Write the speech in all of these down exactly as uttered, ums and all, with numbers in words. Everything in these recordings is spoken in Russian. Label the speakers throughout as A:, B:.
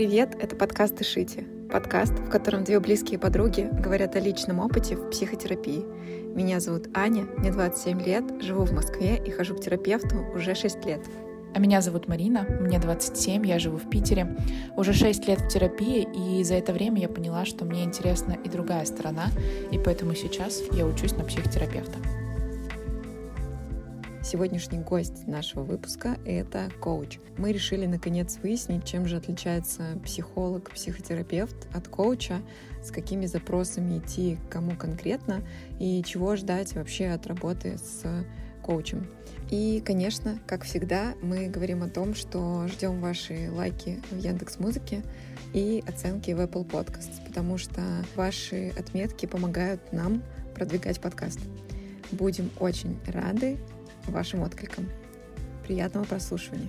A: привет! Это подкаст «Дышите». Подкаст, в котором две близкие подруги говорят о личном опыте в психотерапии. Меня зовут Аня, мне двадцать семь лет, живу в Москве и хожу к терапевту уже шесть лет.
B: А меня зовут Марина, мне двадцать семь, я живу в Питере. Уже шесть лет в терапии, и за это время я поняла, что мне интересна и другая сторона, и поэтому сейчас я учусь на психотерапевта.
A: Сегодняшний гость нашего выпуска — это коуч. Мы решили наконец выяснить, чем же отличается психолог, психотерапевт от коуча, с какими запросами идти к кому конкретно и чего ждать вообще от работы с коучем. И, конечно, как всегда, мы говорим о том, что ждем ваши лайки в Яндекс.Музыке и оценки в Apple Podcasts, потому что ваши отметки помогают нам продвигать подкаст. Будем очень рады вашим откликам. Приятного прослушивания.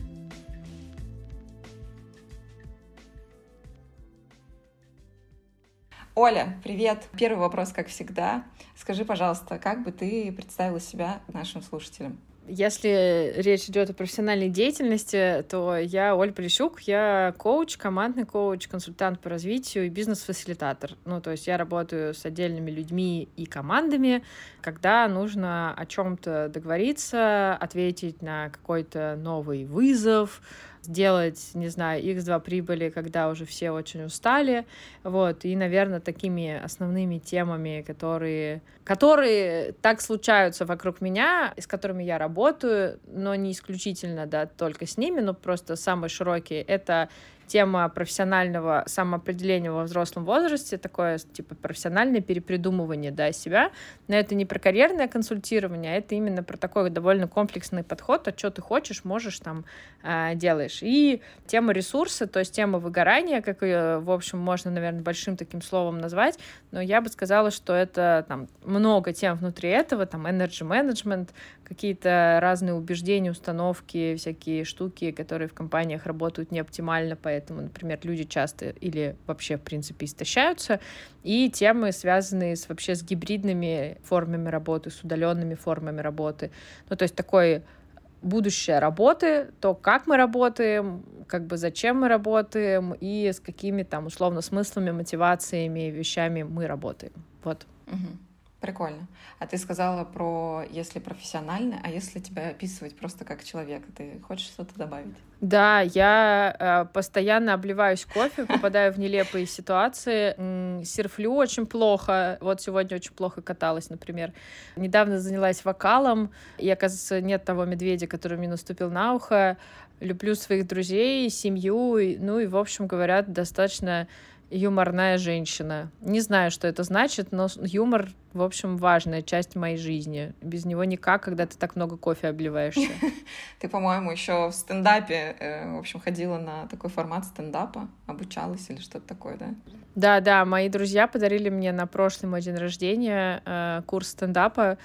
A: Оля, привет! Первый вопрос, как всегда. Скажи, пожалуйста, как бы ты представила себя нашим слушателям?
C: Если речь идет о профессиональной деятельности, то я Оля Полищук, я коуч, командный коуч, консультант по развитию и бизнес-фасилитатор. Ну, то есть я работаю с отдельными людьми и командами, когда нужно о чем-то договориться, ответить на какой-то новый вызов, сделать, не знаю, икс два прибыли, когда уже все очень устали, вот, и, наверное, такими основными темами, которые, которые так случаются вокруг меня, с которыми я работаю, но не исключительно, да, только с ними, но просто самые широкие, это тема профессионального самоопределения во взрослом возрасте, такое, типа, профессиональное перепридумывание, да, себя, но это не про карьерное консультирование, а это именно про такой довольно комплексный подход, а что ты хочешь, можешь, там, делаешь. И тема ресурса, то есть тема выгорания, как ее, в общем, можно, наверное, большим таким словом назвать, но я бы сказала, что это, там, много тем внутри этого, там, energy management, какие-то разные убеждения, установки, всякие штуки, которые в компаниях работают не оптимально, поэтому, например, люди часто или вообще, в принципе, истощаются, и темы, связанные с, вообще с гибридными формами работы, с удаленными формами работы. Ну, то есть такое будущее работы, то, как мы работаем, как бы зачем мы работаем и с какими там условно смыслами, мотивациями, вещами мы работаем. Вот.
A: Угу. Прикольно. А ты сказала про если профессионально, а если тебя описывать просто как человека, ты хочешь что-то добавить?
C: Да, я э, постоянно обливаюсь кофе, попадаю в нелепые ситуации, м- серфлю очень плохо. Вот сегодня очень плохо каталась, например. Недавно занялась вокалом, и, оказывается, нет того медведя, который мне наступил на ухо. Люблю своих друзей, семью, и, ну и, в общем, говорят, достаточно юморная женщина. Не знаю, что это значит, но юмор, в общем, важная часть моей жизни. Без него никак, когда ты так много кофе обливаешься.
A: Ты, по-моему, еще в стендапе, в общем, ходила на такой формат стендапа, обучалась или что-то такое, да?
C: Да, да, мои друзья подарили мне на прошлый мой день рождения курс стендапа.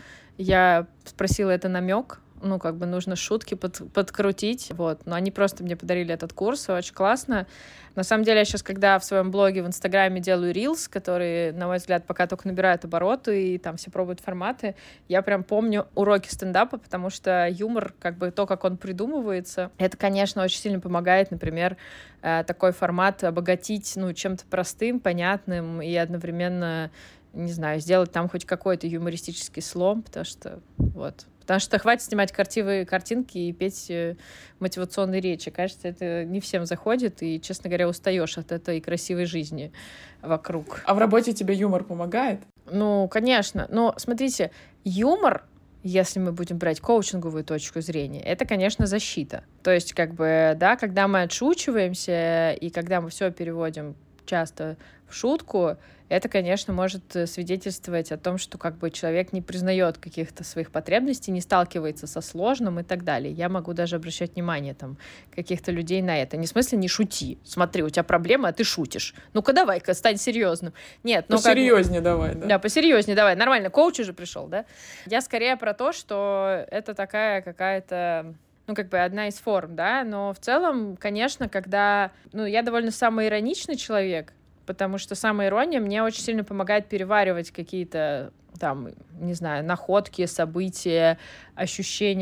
C: Я спросила, это намек? Ну, как бы нужно шутки под, подкрутить, вот. Но они просто мне подарили этот курс, очень классно. На самом деле, я сейчас, когда в своем блоге в Инстаграме делаю рилс, которые, на мой взгляд, пока только набирают обороты, и там все пробуют форматы, я прям помню уроки стендапа, потому что юмор, как бы то, как он придумывается, это, конечно, очень сильно помогает, например, такой формат обогатить, ну, чем-то простым, понятным и одновременно, не знаю, сделать там хоть какой-то юмористический слом, потому что, вот... Потому что хватит снимать красивые картинки и петь мотивационные речи. Кажется, это не всем заходит, и, честно говоря, устаешь от этой красивой жизни вокруг.
B: А в работе тебе юмор помогает?
C: Ну, конечно. Но, смотрите, юмор, если мы будем брать коучинговую точку зрения, это, конечно, защита. То есть, как бы, да, когда мы отшучиваемся, и когда мы все переводим часто в шутку, это, конечно, может свидетельствовать о том, что как бы человек не признает каких-то своих потребностей, не сталкивается со сложным и так далее. Я могу даже обращать внимание там каких-то людей на это. Не в смысле не шути. Смотри, у тебя проблема, а ты шутишь. Ну-ка давай-ка, стань серьезным. Нет, ну
B: посерьезнее
C: как...
B: давай, да?
C: Да, посерьезнее давай. Нормально, коуч уже пришел, да? Я скорее про то, что это такая какая-то... ну, как бы одна из форм, да, но в целом, конечно, когда... Ну, я довольно самоироничный человек, потому что самоирония мне очень сильно помогает переваривать какие-то там, не знаю, находки, события, ощущения.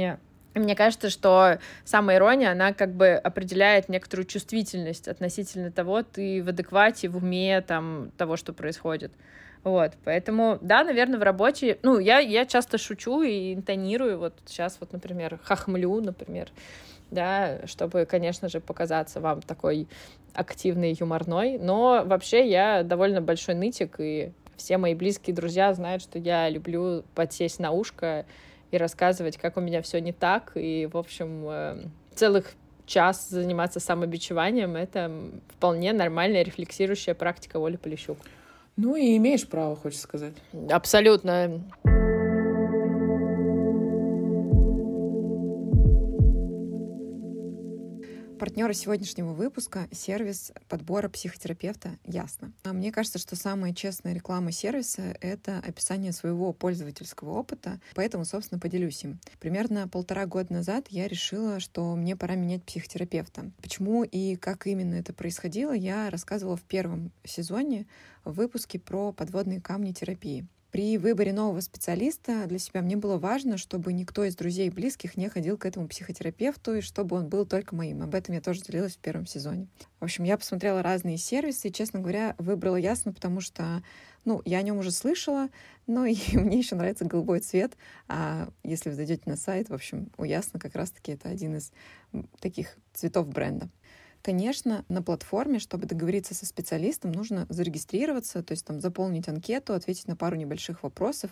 C: И мне кажется, что самоирония, она как бы определяет некоторую чувствительность относительно того, ты в адеквате, в уме там, того, что происходит. Вот, поэтому, да, наверное, в работе, ну, я, я часто шучу и интонирую, вот сейчас вот, например, хохмлю, например, да, чтобы, конечно же, показаться вам такой активной, юморной, но вообще я довольно большой нытик, и все мои близкие друзья знают, что я люблю подсесть на ушко и рассказывать, как у меня все не так, и, в общем, целых час заниматься самобичеванием — это вполне нормальная рефлексирующая практика Оли Полищук.
B: Ну и имеешь право, хочешь сказать.
C: Абсолютно.
A: Партнеры сегодняшнего выпуска — сервис подбора психотерапевта «Ясно». А мне кажется, что самая честная реклама сервиса — это описание своего пользовательского опыта, поэтому, собственно, поделюсь им. Примерно полтора года назад я решила, что мне пора менять психотерапевта. Почему и как именно это происходило, я рассказывала в первом сезоне в выпуске про подводные камни терапии. При выборе нового специалиста для себя мне было важно, чтобы никто из друзей и близких не ходил к этому психотерапевту, и чтобы он был только моим. Об этом я тоже делилась в первом сезоне. В общем, я посмотрела разные сервисы и, честно говоря, выбрала «Ясно», потому что, ну, я о нем уже слышала, но и мне еще нравится голубой цвет. А если вы зайдете на сайт, в общем, у «Ясно» как раз-таки это один из таких цветов бренда. Конечно, на платформе, чтобы договориться со специалистом, нужно зарегистрироваться, то есть там заполнить анкету, ответить на пару небольших вопросов.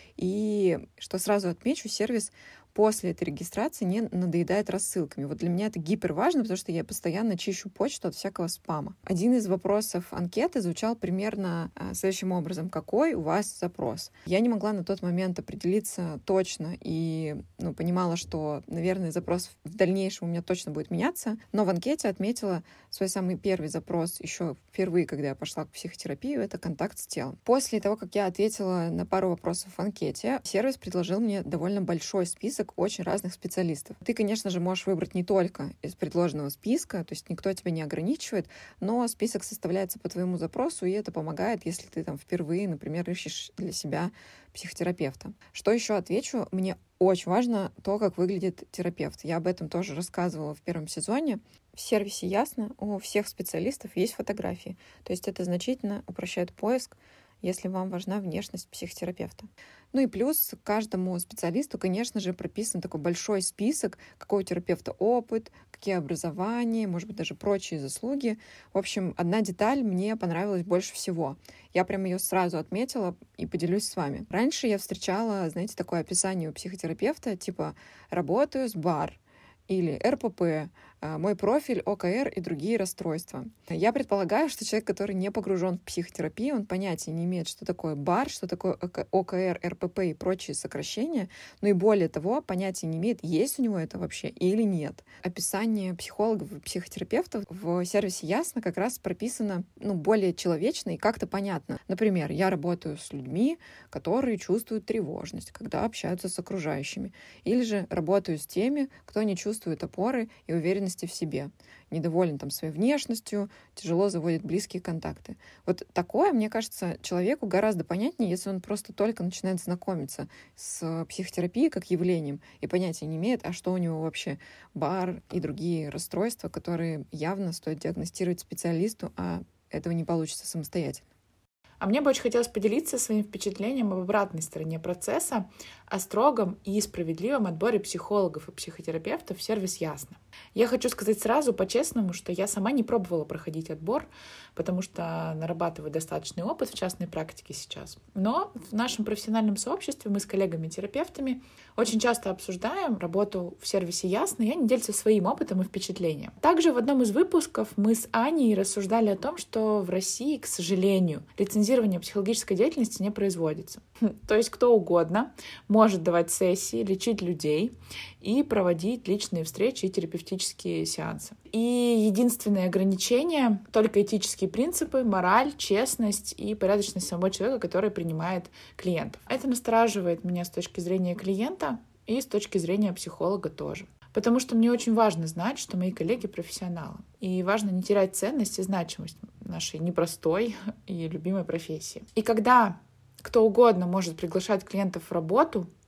A: И что сразу отмечу, сервис после этой регистрации не надоедает рассылками. Вот для меня это гиперважно, потому что я постоянно чищу почту от всякого спама. Один из вопросов анкеты звучал примерно следующим образом: какой у вас запрос? Я не могла на тот момент определиться точно и ну, понимала, что, наверное, запрос в дальнейшем у меня точно будет меняться, но в анкете отметила свой самый первый запрос еще впервые, когда я пошла к психотерапии, это контакт с телом. После того, как я ответила на пару вопросов в анкете, сервис предложил мне довольно большой список очень разных специалистов. Ты, конечно же, можешь выбрать не только из предложенного списка, то есть никто тебя не ограничивает, но список составляется по твоему запросу, и это помогает, если ты там впервые, например, ищешь для себя психотерапевта. Что еще отвечу? Мне очень важно то, как выглядит терапевт. Я об этом тоже рассказывала в первом сезоне. В сервисе «Ясно» у всех специалистов есть фотографии, то есть это значительно упрощает поиск, если вам важна внешность психотерапевта. Ну и плюс каждому специалисту, конечно же, прописан такой большой список, какой у терапевта опыт, какие образования, может быть, даже прочие заслуги. В общем, одна деталь мне понравилась больше всего. Я прям ее сразу отметила и поделюсь с вами. Раньше я встречала, знаете, такое описание у психотерапевта, типа «работаю с бар», или эр пэ пэ, мой профиль, о ка эр и другие расстройства. Я предполагаю, что человек, который не погружен в психотерапию, он понятия не имеет, что такое бар, что такое о ка эр, эр пэ пэ и прочие сокращения, но и более того, понятия не имеет, есть у него это вообще или нет. Описание психологов и психотерапевтов в сервисе «Ясно» как раз прописано ну, более человечно и как-то понятно. Например, я работаю с людьми, которые чувствуют тревожность, когда общаются с окружающими, или же работаю с теми, кто не чувствует опоры и уверенности в себе, недоволен там своей внешностью, тяжело заводит близкие контакты. Вот такое, мне кажется, человеку гораздо понятнее, если он просто только начинает знакомиться с психотерапией как явлением и понятия не имеет, а что у него вообще бар и другие расстройства, которые явно стоит диагностировать специалисту, а этого не получится самостоятельно.
B: А мне бы очень хотелось поделиться своим впечатлением об обратной стороне процесса, о строгом и справедливом отборе психологов и психотерапевтов в сервис «Ясно». Я хочу сказать сразу, по-честному, что я сама не пробовала проходить отбор, потому что нарабатываю достаточный опыт в частной практике сейчас. Но в нашем профессиональном сообществе мы с коллегами-терапевтами очень часто обсуждаем работу в сервисе «Ясно», и они делятся своим опытом и впечатлением. Также в одном из выпусков мы с Аней рассуждали о том, что в России, к сожалению, лицензирование психологической деятельности не производится. То есть кто угодно может давать сессии, лечить людей и проводить личные встречи и терапевтические сеансы. И единственное ограничение — только этические принципы, мораль, честность и порядочность самого человека, который принимает клиентов. Это настораживает меня с точки зрения клиента и с точки зрения психолога тоже. Потому что мне очень важно знать, что мои коллеги профессионалы. И важно не терять ценность и значимость нашей непростой и любимой профессии. И когда кто угодно может приглашать клиентов в работу,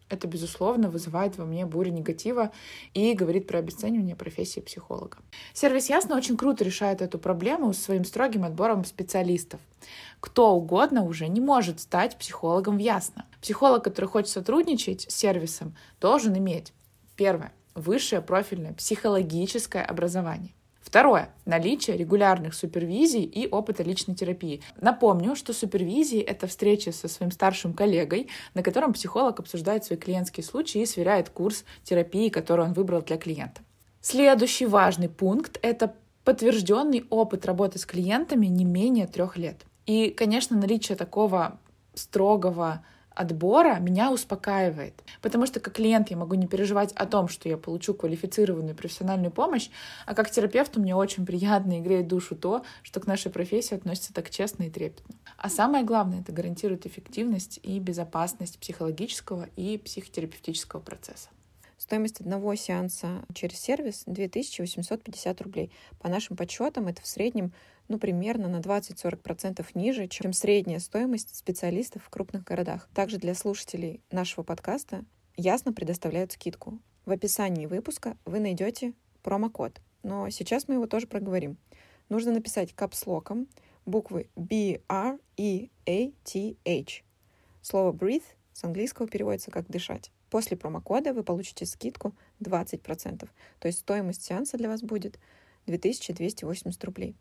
B: Это, безусловно, вызывает во мне бурю негатива и говорит про обесценивание профессии психолога. Сервис Ясно очень круто решает эту проблему своим строгим отбором специалистов. Кто угодно уже не может стать психологом в Ясно. Психолог, который хочет сотрудничать с сервисом, должен иметь: первое — высшее профильное психологическое образование. Второе — наличие регулярных супервизий и опыта личной терапии. Напомню, что супервизии — это встреча со своим старшим коллегой, на котором психолог обсуждает свои клиентские случаи и сверяет курс терапии, который он выбрал для клиента. Следующий важный пункт — это подтвержденный опыт работы с клиентами не менее трех лет. И, конечно, наличие такого строгого отбора меня успокаивает, потому что как клиент я могу не переживать о том, что я получу квалифицированную профессиональную помощь, а как терапевту мне очень приятно и греет душу то, что к нашей профессии относятся так честно и трепетно. А самое главное, это гарантирует эффективность и безопасность психологического и психотерапевтического процесса.
A: Стоимость одного сеанса через сервис две тысячи восемьсот пятьдесят рублей. По нашим подсчетам, это в среднем ну, примерно на двадцать-сорок процентов ниже, чем средняя стоимость специалистов в крупных городах. Также для слушателей нашего подкаста Ясно предоставляют скидку. В описании выпуска вы найдете промокод, но сейчас мы его тоже проговорим. Нужно написать капслоком буквы би ар и эй ти эйч. Слово breathe с английского переводится как «дышать». После промокода вы получите скидку двадцать процентов, то есть стоимость сеанса для вас будет две тысячи двести восемьдесят рублей.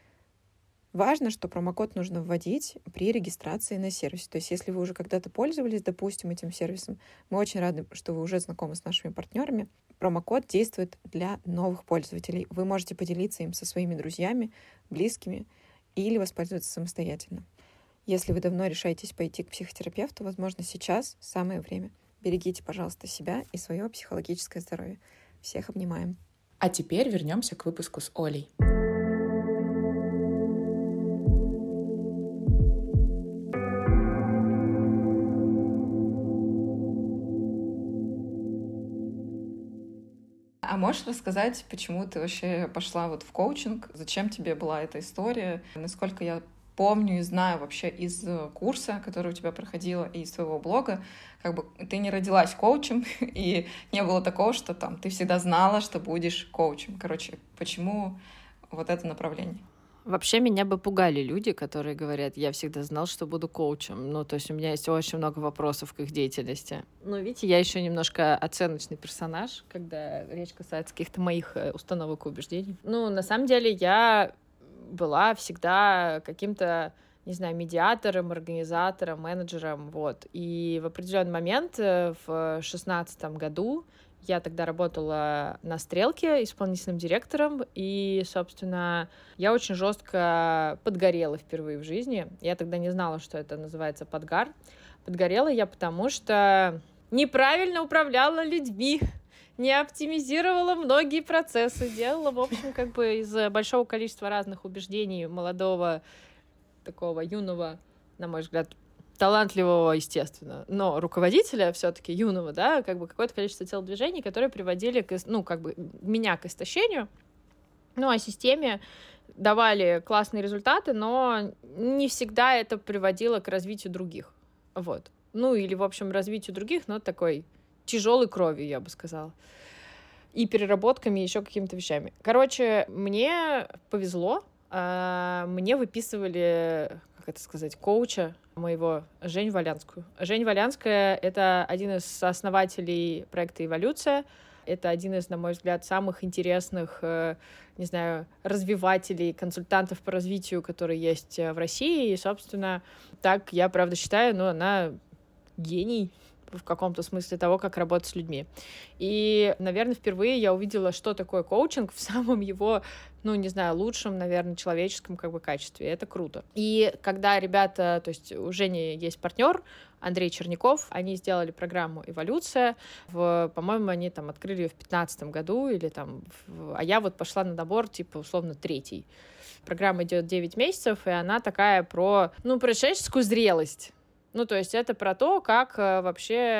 A: Важно, что промокод нужно вводить при регистрации на сервисе. То есть если вы уже когда-то пользовались, допустим, этим сервисом, мы очень рады, что вы уже знакомы с нашими партнерами. Промокод действует для новых пользователей. Вы можете поделиться им со своими друзьями, близкими или воспользоваться самостоятельно. Если вы давно решаетесь пойти к психотерапевту, возможно, сейчас самое время. Берегите, пожалуйста, себя и свое психологическое здоровье. Всех обнимаем.
B: А теперь вернемся к выпуску с Олей.
A: А можешь рассказать, почему ты вообще пошла вот в коучинг? Зачем тебе была эта история? Насколько я помню и знаю вообще из курса, который у тебя проходила, и из твоего блога, как бы ты не родилась коучем, и не было такого, что там ты всегда знала, что будешь коучем. Короче, почему вот это направление?
C: Вообще меня бы пугали люди, которые говорят: я всегда знал, что буду коучем. Ну, то есть у меня есть очень много вопросов к их деятельности. Но видите, я еще немножко оценочный персонаж, когда речь касается каких-то моих установок и убеждений. Ну, на самом деле я была всегда каким-то, не знаю, медиатором, организатором, менеджером, вот. И в определенный момент в шестнадцатом году я тогда работала на «Стрелке» исполнительным директором, и, собственно, я очень жестко подгорела впервые в жизни. Я тогда не знала, что это называется подгар. Подгорела я потому, что неправильно управляла людьми, не оптимизировала многие процессы, делала, в общем, как бы из большого количества разных убеждений молодого, такого юного, на мой взгляд, талантливого, естественно, но руководителя все-таки юного, да, как бы какое-то количество телодвижений, которые приводили к, ну, как бы меня к истощению, ну, а системе давали классные результаты, но не всегда это приводило к развитию других, вот. Ну, или, в общем, развитию других, но такой тяжелой кровью, я бы сказала. И переработками, и еще какими-то вещами. Короче, мне повезло, мне выписывали, как это сказать, коуча моего, Женю Валянскую. Жень Валянская — это один из основателей проекта «Эволюция». Это один из, на мой взгляд, самых интересных, не знаю, развивателей, консультантов по развитию, которые есть в России. И, собственно, так я, правда, считаю, но она гений в каком-то смысле того, как работать с людьми. И, наверное, впервые я увидела, что такое коучинг в самом его, ну, не знаю, лучшем, наверное, человеческом как бы качестве. Это круто. И когда ребята, то есть у Жени есть партнер, Андрей Черняков, они сделали программу «Эволюция». В, по-моему, они там открыли ее в пятнадцатом году, или там, в, а я вот пошла на набор, типа, условно, третий. Программа идет девять месяцев, и она такая про, ну, про человеческую зрелость. Ну, то есть это про то, как вообще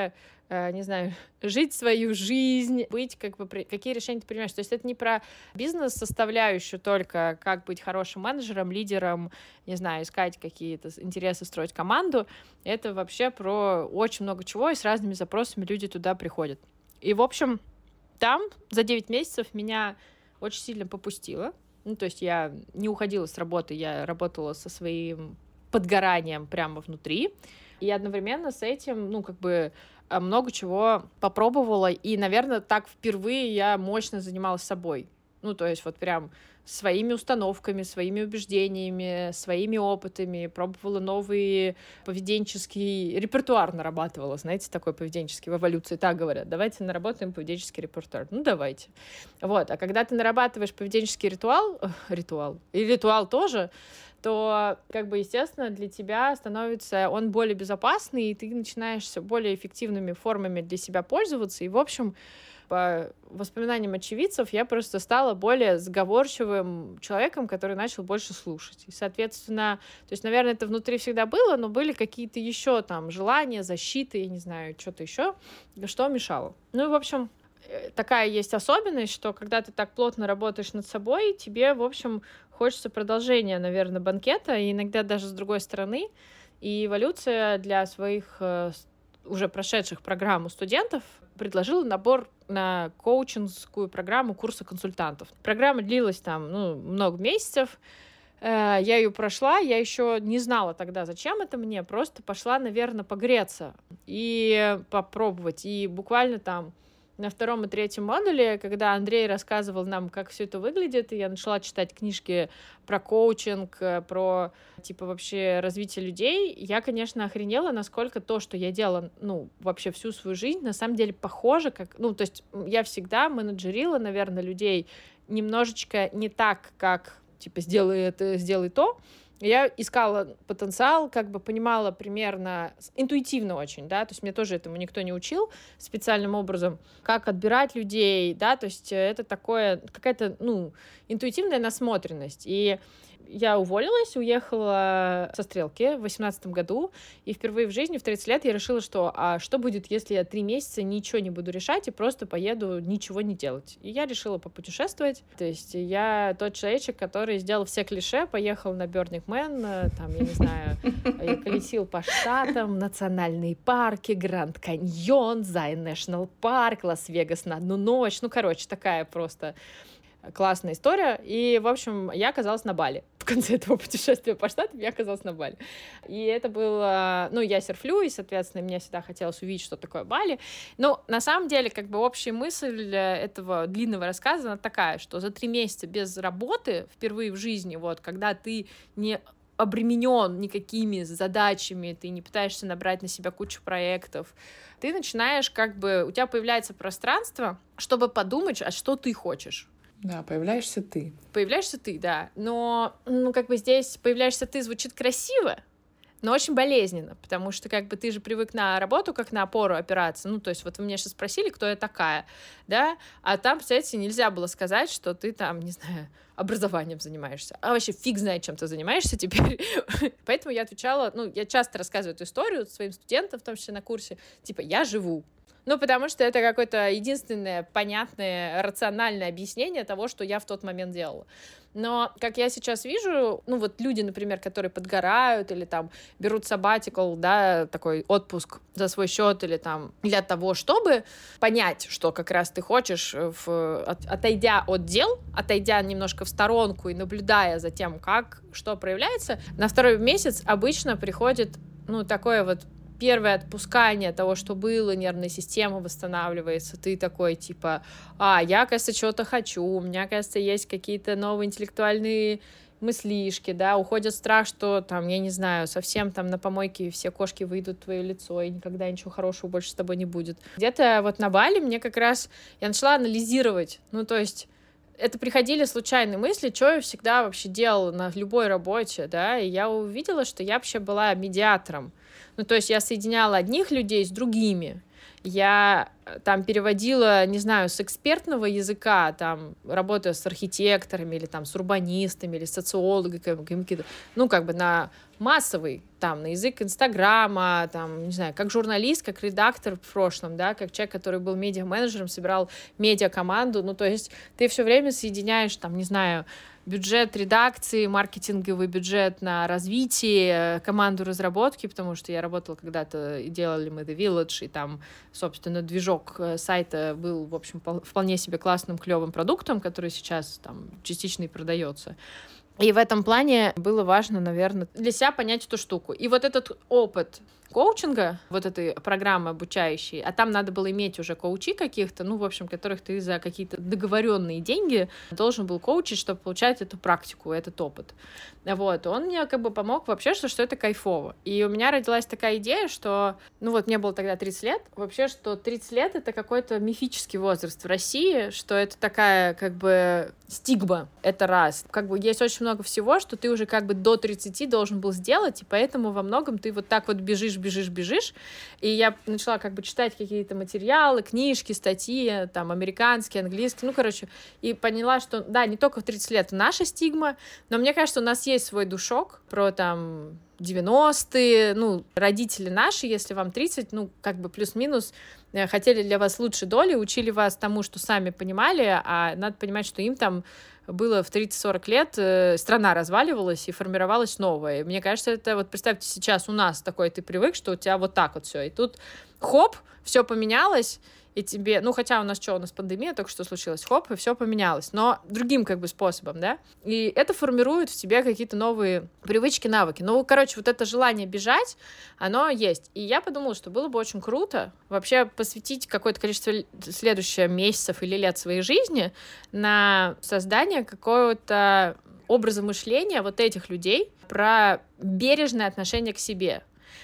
C: э, не знаю, жить свою жизнь, быть, как бы, какие решения ты принимаешь. То есть это не про бизнес-составляющую только, как быть хорошим менеджером, лидером, не знаю, искать какие-то интересы, строить команду. Это вообще про очень много чего, и с разными запросами люди туда приходят. И, в общем, там за девять месяцев меня очень сильно попустило. Ну, то есть я не уходила с работы, я работала со своим подгоранием прямо внутри. И одновременно с этим, ну, как бы много чего попробовала. И, наверное, так впервые я мощно занималась собой. Ну, то есть вот прям своими установками, своими убеждениями, своими опытами, пробовала новые поведенческие... Репертуар нарабатывала, знаете, такой поведенческий в эволюции, так говорят. Давайте наработаем поведенческий репертуар. Ну, давайте. Вот. А когда ты нарабатываешь поведенческий ритуал, ритуал, и ритуал тоже, то, как бы, естественно, для тебя становится он более безопасный, и ты начинаешь все более эффективными формами для себя пользоваться. И, в общем, по воспоминаниям очевидцев, я просто стала более сговорчивым человеком, который начал больше слушать. И, соответственно, то есть, наверное, это внутри всегда было, но были какие-то еще там желания, защиты, я не знаю, что-то еще, что мешало. Ну и, в общем, такая есть особенность, что когда ты так плотно работаешь над собой, тебе, в общем, хочется продолжения, наверное, банкета, и иногда даже с другой стороны. И эволюция для своих уже прошедших программ у студентов предложила набор на коучинговскую программу курса консультантов. Программа длилась там, ну, много месяцев. Я ее прошла, я еще не знала тогда, зачем это мне, просто пошла, наверное, погреться и попробовать. И буквально там на втором и третьем модуле, когда Андрей рассказывал нам, как все это выглядит, и я начала читать книжки про коучинг, про, типа, вообще развитие людей, я, конечно, охренела, насколько то, что я делала, ну, вообще всю свою жизнь, на самом деле похоже, как, ну, то есть я всегда менеджерила, наверное, людей немножечко не так, как, типа, сделай это, сделай то. Я искала потенциал, как бы понимала примерно, интуитивно очень, да, то есть мне тоже этому никто не учил специальным образом, как отбирать людей, да, то есть это такое, какая-то, ну, интуитивная насмотренность. И я уволилась, уехала со Стрелки в восемнадцатом году, и впервые в жизни в тридцать лет я решила, что а что будет, если я три месяца ничего не буду решать и просто поеду ничего не делать. И я решила попутешествовать. То есть я тот человечек, который сделал все клише, поехал на Burning Man, там, я не знаю, я колесил по штатам, национальные парки, Гранд Каньон, Зайн Нэшнл Парк, Лас-Вегас на одну ночь. Ну, короче, такая просто классная история. И, в общем, я оказалась на Бали. В конце этого путешествия по штатам я оказалась на Бали. И это было... Ну, я серфлю, и, соответственно, мне всегда хотелось увидеть, что такое Бали. Но, на самом деле, как бы общая мысль этого длинного рассказа, она такая, что за три месяца без работы, впервые в жизни, вот, когда ты не обременен никакими задачами, ты не пытаешься набрать на себя кучу проектов, ты начинаешь, как бы, у тебя появляется пространство, чтобы подумать, а что ты хочешь.
B: Да, появляешься ты.
C: Появляешься ты, да. Но, ну, как бы здесь появляешься ты звучит красиво, но очень болезненно, потому что, как бы, ты же привык на работу как на опору опираться. Ну, то есть вот вы меня сейчас спросили, кто я такая, да, а там, кстати, нельзя было сказать, что ты там, не знаю, образованием занимаешься. А вообще фиг знает, чем ты занимаешься теперь. Поэтому я отвечала, ну, я часто рассказываю эту историю своим студентам, в том числе на курсе, типа, я живу. Ну, потому что это какое-то единственное понятное, рациональное объяснение того, что я в тот момент делала. Но, как я сейчас вижу, ну, вот люди, например, которые подгорают или там берут sabbatical, да, такой отпуск за свой счет или там для того, чтобы понять, что как раз ты хочешь, в, от, отойдя от дел, отойдя немножко в сторонку и наблюдая за тем, как, что проявляется, на второй месяц обычно приходит, ну, такое вот первое отпускание того, что было, нервная система восстанавливается, ты такой, типа, а, я, кажется, что-то хочу, у меня, кажется, есть какие-то новые интеллектуальные мыслишки, да, уходит страх, что, там, я не знаю, совсем там на помойке все кошки выйдут в твое лицо, и никогда ничего хорошего больше с тобой не будет. Где-то вот на Бали мне как раз, я начала анализировать, ну, то есть, это приходили случайные мысли, что я всегда вообще делала на любой работе, да, и я увидела, что я вообще была медиатором. Ну, то есть я соединяла одних людей с другими. Я там переводила, не знаю, с экспертного языка, там, работая с архитекторами или там с урбанистами или социологами, ну, как бы на массовый, там, на язык Инстаграма, там, не знаю, как журналист, как редактор в прошлом, да, как человек, который был медиа-менеджером, собирал медиа-команду, ну, то есть ты все время соединяешь, там, не знаю, бюджет редакции, маркетинговый бюджет на развитие, команду разработки, потому что я работала когда-то, и делали мы The Village, и там, собственно, движок сайта был, в общем, вполне себе классным, клевым продуктом, который сейчас там частично и продается. И в этом плане было важно, наверное, для себя понять эту штуку. И вот этот опыт коучинга, вот этой программы обучающей, а там надо было иметь уже коучи каких-то, ну, в общем, которых ты за какие-то договоренные деньги должен был коучить, чтобы получать эту практику, этот опыт. Вот, он мне как бы помог вообще, что, что это кайфово. И у меня родилась такая идея, что, ну вот, мне было тогда тридцать лет, вообще, что тридцать лет — это какой-то мифический возраст в России, что это такая, как бы, стигма, это раз. Как бы есть очень много всего, что ты уже как бы до тридцати должен был сделать, и поэтому во многом ты вот так вот бежишь, бежишь, бежишь. И я начала как бы читать какие-то материалы, книжки, статьи, там, американские, английские, ну, короче, и поняла, что, да, не только в тридцать лет наша стигма, но мне кажется, у нас есть свой душок про, там, девяностые, ну, родители наши, если вам тридцать, ну, как бы плюс-минус, хотели для вас лучшей доли, учили вас тому, что сами понимали, а надо понимать, что им там было в тридцать-сорок лет, э, страна разваливалась и формировалась новая. И мне кажется, это вот представьте, сейчас у нас такой, ты привык, что у тебя вот так вот все, и тут хоп, все поменялось, и тебе, ну, хотя у нас что, у нас пандемия только что случилась, хоп, и все поменялось, но другим как бы способом, да, и это формирует в тебе какие-то новые привычки, навыки. Ну, короче, вот это желание бежать, оно есть, и я подумала, что было бы очень круто вообще посвятить какое-то количество следующих месяцев или лет своей жизни на создание какого-то образа мышления вот этих людей про бережное отношение к себе.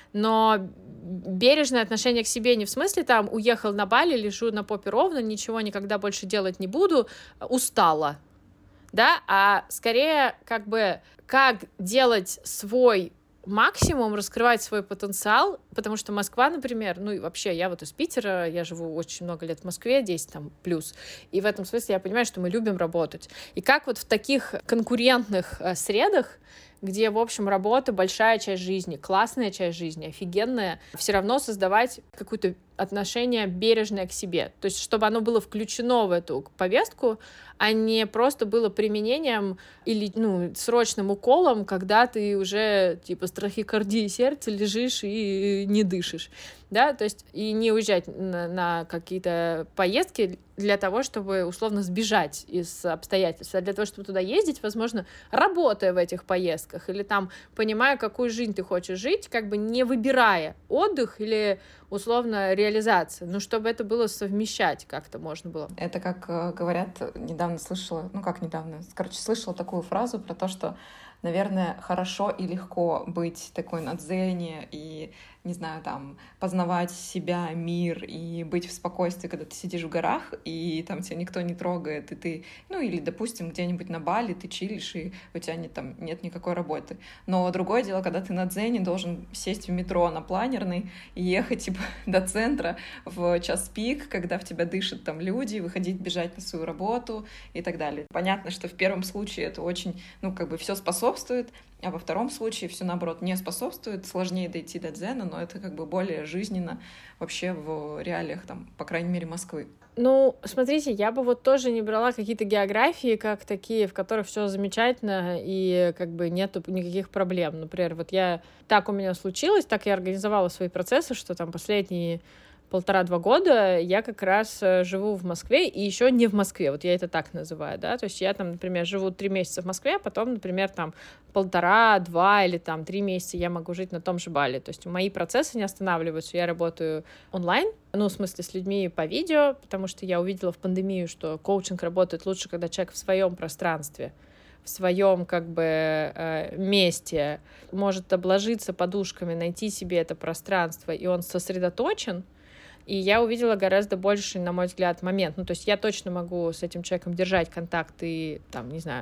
C: Но бережное отношение к себе не в смысле там уехал на Бали, лежу на попе ровно, ничего никогда больше делать не буду, устала, да, а скорее как бы как делать свой максимум, раскрывать свой потенциал, потому что Москва, например, ну и вообще я вот из Питера, я живу очень много лет в Москве, десять там плюс, и в этом смысле я понимаю, что мы любим работать. И как вот в таких конкурентных э, средах, где, в общем, работа — большая часть жизни, классная часть жизни, офигенная, все равно создавать какое-то отношение бережное к себе. То есть, чтобы оно было включено в эту повестку, а не просто было применением или, ну, срочным уколом, когда ты уже, типа, с трахикардией сердца лежишь и не дышишь, да, то есть, и не уезжать на, на какие-то поездки для того, чтобы, условно, сбежать из обстоятельств, а для того, чтобы туда ездить, возможно, работая в этих поездках или там, понимая, какую жизнь ты хочешь жить, как бы не выбирая отдых или, условно, реализация, но чтобы это было совмещать как-то можно было.
A: Это, как э, говорят, недавно слышала, ну как недавно, короче, слышала такую фразу про то, что, наверное, хорошо и легко быть такой на дзене и, не знаю, там, познавать себя, мир и быть в спокойствии, когда ты сидишь в горах, и там тебя никто не трогает, и ты, ну, или, допустим, где-нибудь на Бали ты чилишь, и у тебя не, там нет никакой работы. Но другое дело, когда ты на дзене должен сесть в метро на Планерный и ехать, типа, до центра в час пик, когда в тебя дышат там люди, выходить, бежать на свою работу и так далее. Понятно, что в первом случае это очень, ну, как бы все способствует, а во втором случае все, наоборот, не способствует, сложнее дойти до дзена, но это как бы более жизненно вообще в реалиях, там, по крайней мере, Москвы.
C: Ну, смотрите, я бы вот тоже не брала какие-то географии, как такие, в которых все замечательно и как бы нету никаких проблем. Например, вот я, так у меня случилось, так я организовала свои процессы, что там последние полтора-два года я как раз живу в Москве, и еще не в Москве, вот я это так называю, да, то есть я там, например, живу три месяца в Москве, а потом, например, там полтора, два или там три месяца я могу жить на том же Бали, то есть мои процессы не останавливаются, я работаю онлайн, ну, в смысле, с людьми по видео, потому что я увидела в пандемию, что коучинг работает лучше, когда человек в своем пространстве, в своем как бы э, месте может обложиться подушками, найти себе это пространство, и он сосредоточен. И я увидела гораздо больше, на мой взгляд, момент. Ну, то есть я точно могу с этим человеком держать контакт и, там, не знаю,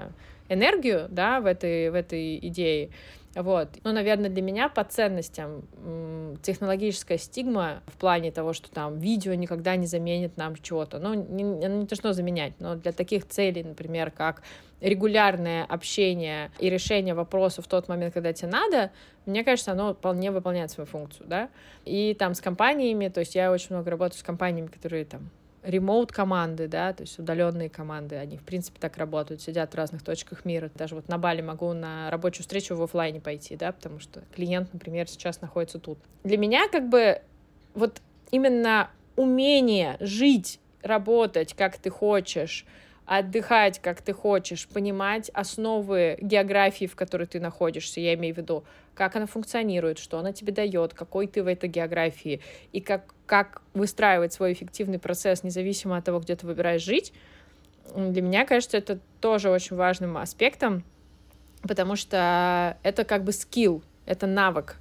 C: энергию, да, в этой, в этой идее. Вот. Ну, наверное, для меня по ценностям технологическая стигма в плане того, что там видео никогда не заменит нам чего-то. Ну, не, не то, что заменять, но для таких целей, например, как регулярное общение и решение вопросов в тот момент, когда тебе надо, мне кажется, оно вполне выполняет свою функцию, да. И там с компаниями, то есть я очень много работаю с компаниями, которые там ремоут-команды, да, то есть удаленные команды, они, в принципе, так работают, сидят в разных точках мира. Даже вот на Бали могу на рабочую встречу в офлайне пойти, да, потому что клиент, например, сейчас находится тут. Для меня как бы вот именно умение жить, работать, как ты хочешь, отдыхать, как ты хочешь, понимать основы географии, в которой ты находишься, я имею в виду, как она функционирует, что она тебе дает, какой ты в этой географии, и как, как выстраивать свой эффективный процесс, независимо от того, где ты выбираешь жить, для меня, кажется, это тоже очень важным аспектом, потому что это как бы скилл, это навык,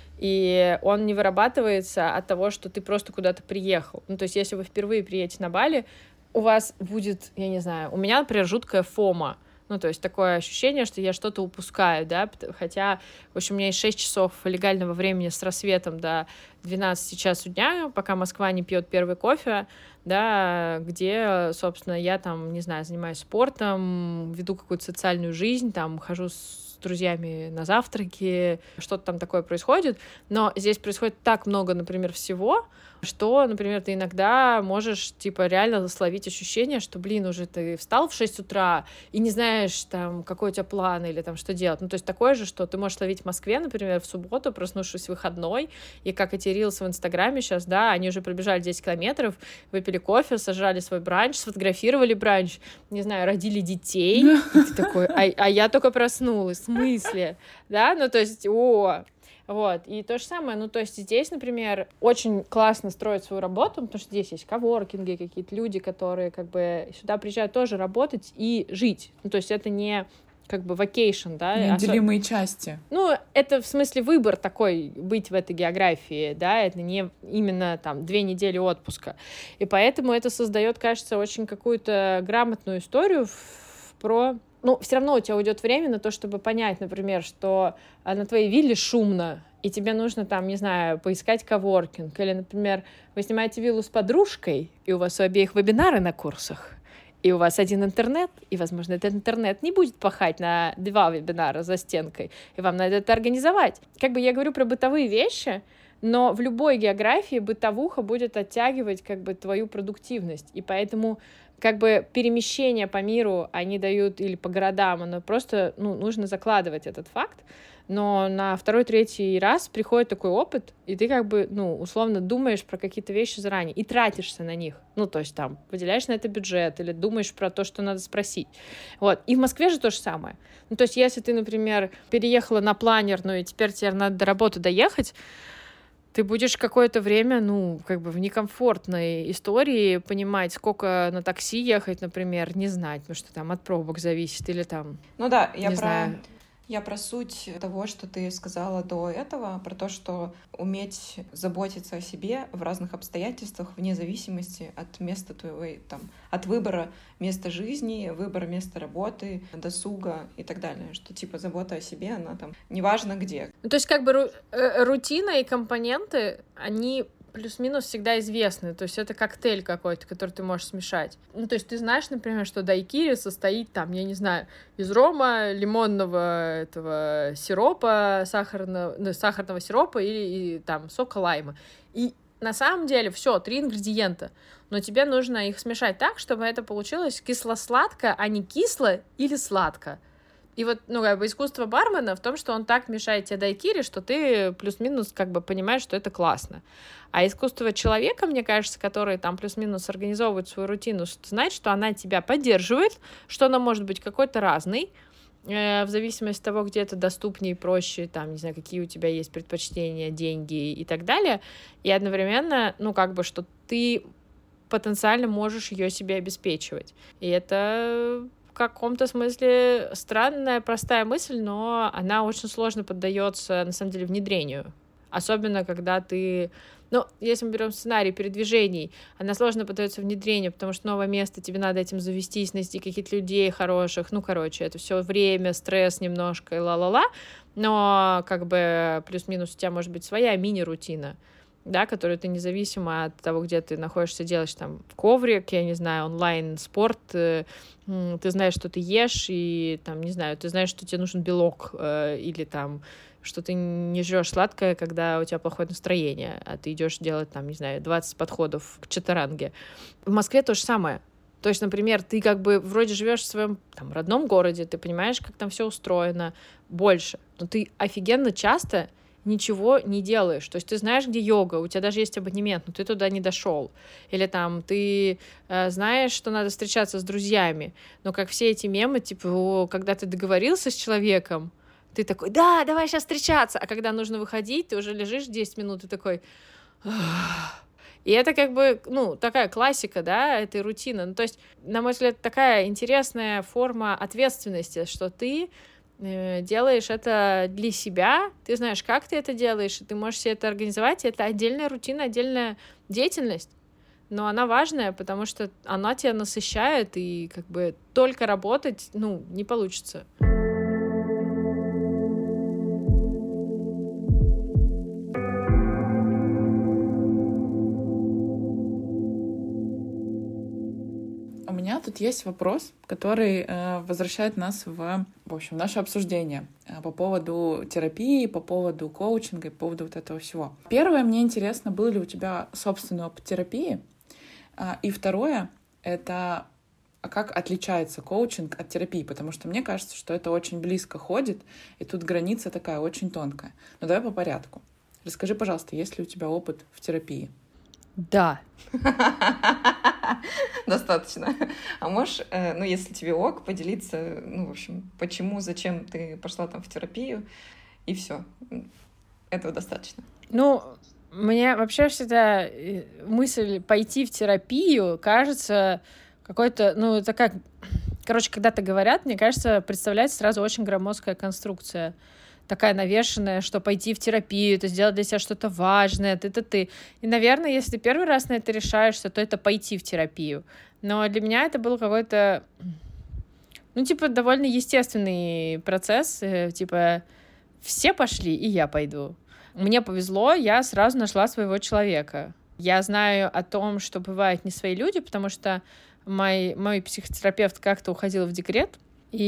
C: и он не вырабатывается от того, что ты просто куда-то приехал. Ну, то есть, если вы впервые приедете на Бали, у вас будет, я не знаю, у меня, например, жуткая фома. Ну, то есть такое ощущение, что я что-то упускаю, да, хотя, в общем, у меня есть шесть часов легального времени с рассветом до двенадцати часов дня, пока Москва не пьет первый кофе, да, где, собственно, я там, не знаю, занимаюсь спортом, веду какую-то социальную жизнь, там, хожу с друзьями на завтраки, что-то там такое происходит, но здесь происходит так много, например, всего, что, например, ты иногда можешь, типа, реально словить ощущение, что, блин, уже ты встал в шесть утра и не знаешь, там, какой у тебя план или там что делать. Ну, то есть такое же, что ты можешь ловить в Москве, например, в субботу, проснувшись в выходной, и как эти рилсы в Инстаграме сейчас, да, они уже пробежали десять километров, выпили кофе, сожрали свой бранч, сфотографировали бранч, не знаю, родили детей, и ты такой, а, а я только проснулась, в смысле, да, ну, то есть, о... Вот, и то же самое, ну, то есть здесь, например, очень классно строить свою работу, потому что здесь есть коворкинги, какие-то люди, которые как бы сюда приезжают тоже работать и жить, ну, то есть это не как бы vacation, да.
B: Неотделимые осо... части.
C: Ну, это в смысле выбор такой, быть в этой географии, да, это не именно там две недели отпуска, и поэтому это создает, кажется, очень какую-то грамотную историю в... про... Ну, все равно у тебя уйдет время на то, чтобы понять, например, что на твоей вилле шумно, и тебе нужно там, не знаю, поискать коворкинг. Или, например, вы снимаете виллу с подружкой, и у вас у обеих вебинары на курсах, и у вас один интернет, и, возможно, этот интернет не будет пахать на два вебинара за стенкой, и вам надо это организовать. Как бы я говорю про бытовые вещи, но в любой географии бытовуха будет оттягивать как бы твою продуктивность, и поэтому как бы перемещения по миру они дают или по городам, но просто, ну, нужно закладывать этот факт, но на второй, третий раз приходит такой опыт, и ты как бы, ну, условно думаешь про какие-то вещи заранее и тратишься на них, ну, то есть там выделяешь на это бюджет или думаешь про то, что надо спросить, вот, и в Москве же то же самое, ну, то есть если ты, например, переехала на планерную, и теперь тебе надо до работы доехать, ты будешь какое-то время, ну, как бы в некомфортной истории понимать, сколько на такси ехать, например, не знать, потому что там от пробок зависит, или там...
A: Ну да, я про...
C: знаю.
A: Я про суть того, что ты сказала до этого, про то, что уметь заботиться о себе в разных обстоятельствах, вне зависимости от места твоего, там, от выбора места жизни, выбора места работы, досуга и так далее, что типа забота о себе, она там неважно где.
C: Ну, то есть как бы ру- рутина и компоненты, они плюс-минус всегда известны, то есть это коктейль какой-то, который ты можешь смешать. Ну, то есть ты знаешь, например, что дайкири состоит там, я не знаю, из рома, лимонного этого сиропа, сахарного, ну, сахарного сиропа или и, там сока лайма. И на самом деле все, три ингредиента, но тебе нужно их смешать так, чтобы это получилось кисло-сладко, а не кисло или сладко. И вот, ну, как бы искусство бармена в том, что он так мешает тебе дайкири, что ты плюс-минус как бы понимаешь, что это классно. А искусство человека, мне кажется, который там плюс-минус организовывает свою рутину, знать, что она тебя поддерживает, что она может быть какой-то разной, э, в зависимости от того, где это доступнее и проще, там, не знаю, какие у тебя есть предпочтения, деньги и так далее. И одновременно, ну, как бы, что ты потенциально можешь ее себе обеспечивать. И это... в каком-то смысле странная, простая мысль, но она очень сложно поддается, на самом деле, внедрению. Особенно, когда ты... Ну, если мы берем сценарий передвижений, она сложно поддается внедрению, потому что новое место, тебе надо этим завестись, найти каких-то людей хороших. Ну, короче, это все время, стресс немножко и ла-ла-ла. Но как бы плюс-минус у тебя может быть своя мини-рутина, да, которую ты независимо от того, где ты находишься, делаешь там коврик, я не знаю, онлайн, спорт, ты знаешь, что ты ешь, и там, не знаю, ты знаешь, что тебе нужен белок, или там что ты не жрешь сладкое, когда у тебя плохое настроение, а ты идешь делать, там, не знаю, двадцать подходов к чатаранге. В Москве то же самое. То есть, например, ты как бы вроде живешь в своем там родном городе, ты понимаешь, как там все устроено больше, но ты офигенно часто ничего не делаешь. То есть ты знаешь, где йога, у тебя даже есть абонемент, но ты туда не дошел. Или там ты э, знаешь, что надо встречаться с друзьями, но как все эти мемы, типа, когда ты договорился с человеком, ты такой, да, давай сейчас встречаться, а когда нужно выходить, ты уже лежишь десять минут и такой... И это как бы, ну, такая классика, да, этой рутины. Ну, то есть, на мой взгляд, такая интересная форма ответственности, что ты э, делаешь это для себя, ты знаешь, как ты это делаешь, и ты можешь себе это организовать, и это отдельная рутина, отдельная деятельность. Но она важная, потому что она тебя насыщает, и как бы только работать, ну, не получится.
B: У меня тут есть вопрос, который э, возвращает нас в, в общем, наше обсуждение э, по поводу терапии, по поводу коучинга, по поводу вот этого всего. Первое, мне интересно, был ли у тебя собственный опыт терапии, э, и второе, это как отличается коучинг от терапии, потому что мне кажется, что это очень близко ходит, и тут граница такая очень тонкая. Но давай по порядку. Расскажи, пожалуйста, есть ли у тебя опыт в терапии?
C: Да.
A: Достаточно. А можешь, ну, если тебе ок, поделиться, ну, в общем, почему, зачем ты пошла там в терапию, и все. Этого достаточно.
C: Ну, мне вообще всегда мысль пойти в терапию кажется какой-то, ну, это как... Короче, когда-то говорят, мне кажется, представляется сразу очень громоздкая конструкция. Такая навешенная, что пойти в терапию, это сделать для себя что-то важное, ты-ты-ты. И, наверное, если ты первый раз на это решаешься, то это пойти в терапию. Но для меня это был какой-то, ну, типа, довольно естественный процесс. Типа, все пошли, и я пойду. Мне повезло, я сразу нашла своего человека. Я знаю о том, что бывают не свои люди, потому что мой, мой психотерапевт как-то уходил в декрет,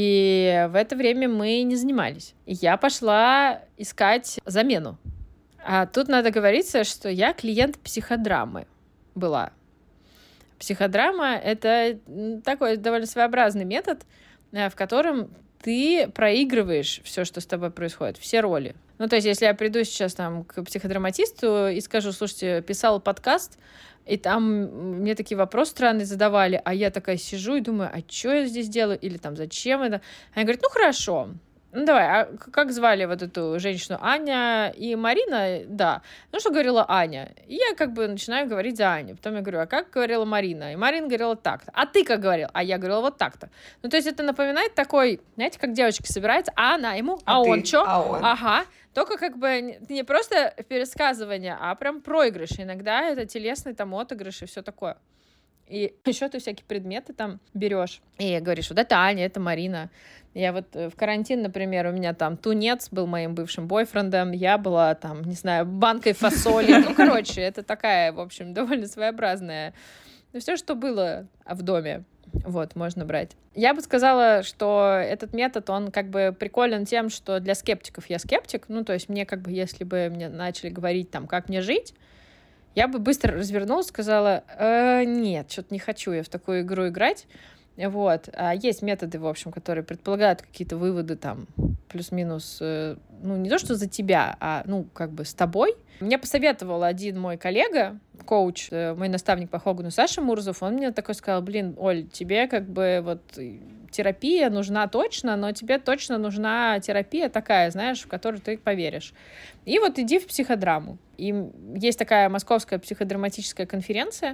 C: и в это время мы не занимались. И я пошла искать замену. А тут надо говориться, что я клиент психодрамы была. Психодрама — это такой довольно своеобразный метод, в котором ты проигрываешь все, что с тобой происходит, все роли. Ну, то есть, если я приду сейчас там к психодраматисту и скажу, слушайте, писала подкаст, и там мне такие вопросы странные задавали, а я такая сижу и думаю, а что я здесь делаю? Или там, зачем это? Они говорят, ну, хорошо. Ну, давай, а как звали вот эту женщину? Аня и Марина? Да. Ну, что говорила Аня? И я как бы начинаю говорить за Аню. Потом я говорю, а как говорила Марина? И Марина говорила так-то. А ты как говорил? А я говорила вот так-то. Ну, то есть это напоминает такой, знаете, как девочки собираются, а она ему, а, а он что?
A: А он.
C: Ага. Только как бы не просто пересказывание, а прям проигрыш. Иногда это телесный там отыгрыш и все такое. И еще ты всякие предметы там берешь и говоришь, вот это Аня, это Марина. Я вот в карантин, например, у меня там тунец был моим бывшим бойфрендом, я была там, не знаю, банкой фасоли. Ну, короче, это такая, в общем, довольно своеобразная. Ну, все, что было в доме, вот, можно брать. Я бы сказала, что этот метод, он как бы приколен тем, что для скептиков я скептик. Ну, то есть мне как бы, если бы мне начали говорить там, как мне жить, я бы быстро развернулась, сказала, э, нет, что-то не хочу я в такую игру играть. Вот. А есть методы, в общем, которые предполагают какие-то выводы там плюс-минус, э, ну, не то, что за тебя, а, ну, как бы с тобой. Мне посоветовал один мой коллега, коуч, э, мой наставник по Хогуну, Саша Мурзов, он мне такой сказал, блин, Оль, тебе как бы вот терапия нужна точно, но тебе точно нужна терапия такая, знаешь, в которую ты поверишь. И вот иди в психодраму. И есть такая московская психодраматическая конференция,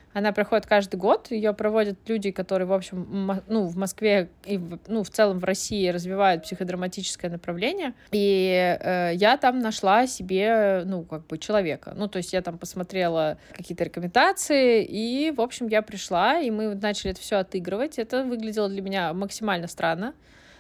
C: Она проходит каждый год, ее проводят люди, которые, в общем, ну, в Москве и, в, ну, в целом в России развивают психодраматическое направление, и э, я там нашла себе, ну, как бы человека. Ну, то есть я там посмотрела какие-то рекомендации, и, в общем, я пришла, и мы начали это все отыгрывать. Это выглядело для меня максимально странно.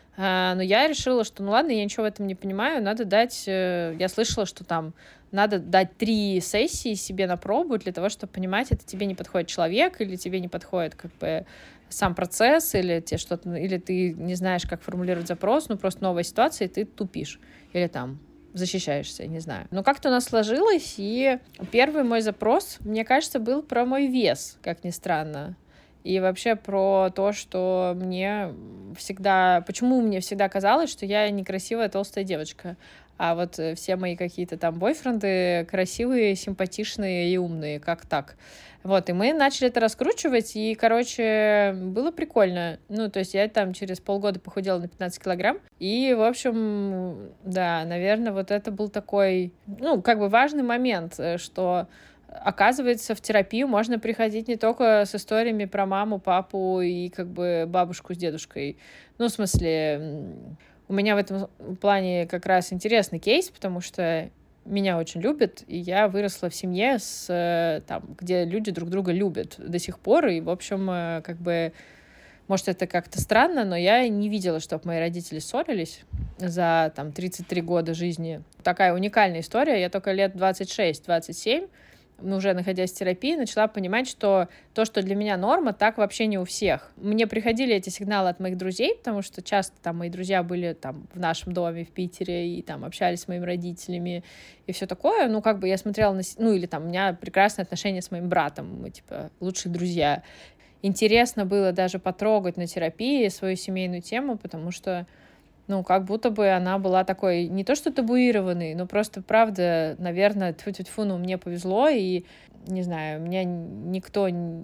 C: Но я решила, что ну ладно, я ничего в этом не понимаю, надо дать... Я слышала, что там надо дать три сессии себе на пробу для того, чтобы понимать, это тебе не подходит человек, или тебе не подходит как бы сам процесс, или тебе что-то, или ты не знаешь, как формулировать запрос, ну просто новая ситуация, и ты тупишь. Или там защищаешься, не знаю. Но как-то у нас сложилось, и первый мой запрос, мне кажется, был про мой вес, как ни странно. И вообще про то, что мне всегда... Почему мне всегда казалось, что я некрасивая толстая девочка, а вот все мои какие-то там бойфренды красивые, симпатичные и умные, как так? Вот, и мы начали это раскручивать, и, короче, было прикольно. Ну, то есть я там через полгода похудела на пятнадцать килограмм, и, в общем, да, наверное, вот это был такой, ну, как бы важный момент, что... Оказывается, в терапию можно приходить не только с историями про маму, папу и как бы бабушку с дедушкой. Ну, в смысле, у меня в этом плане как раз интересный кейс, потому что меня очень любят, и я выросла в семье, с, там, где люди друг друга любят до сих пор, и, в общем, как бы, может, это как-то странно, но я не видела, чтобы мои родители ссорились за, там, тридцать три года жизни. Такая уникальная история, я только лет двадцать шесть двадцать семь, уже находясь в терапии, начала понимать, что то, что для меня норма, так вообще не у всех. Мне приходили эти сигналы от моих друзей, потому что часто там мои друзья были там в нашем доме в Питере и там общались с моими родителями и все такое. Ну, как бы я смотрела на... Ну, или там у меня прекрасные отношения с моим братом, мы, типа, лучшие друзья. Интересно было даже потрогать на терапии свою семейную тему, потому что ну, как будто бы она была такой, не то что табуированной, но просто, правда, наверное, тьфу-тьфу-тьфу, ну, мне повезло, и, не знаю, меня никто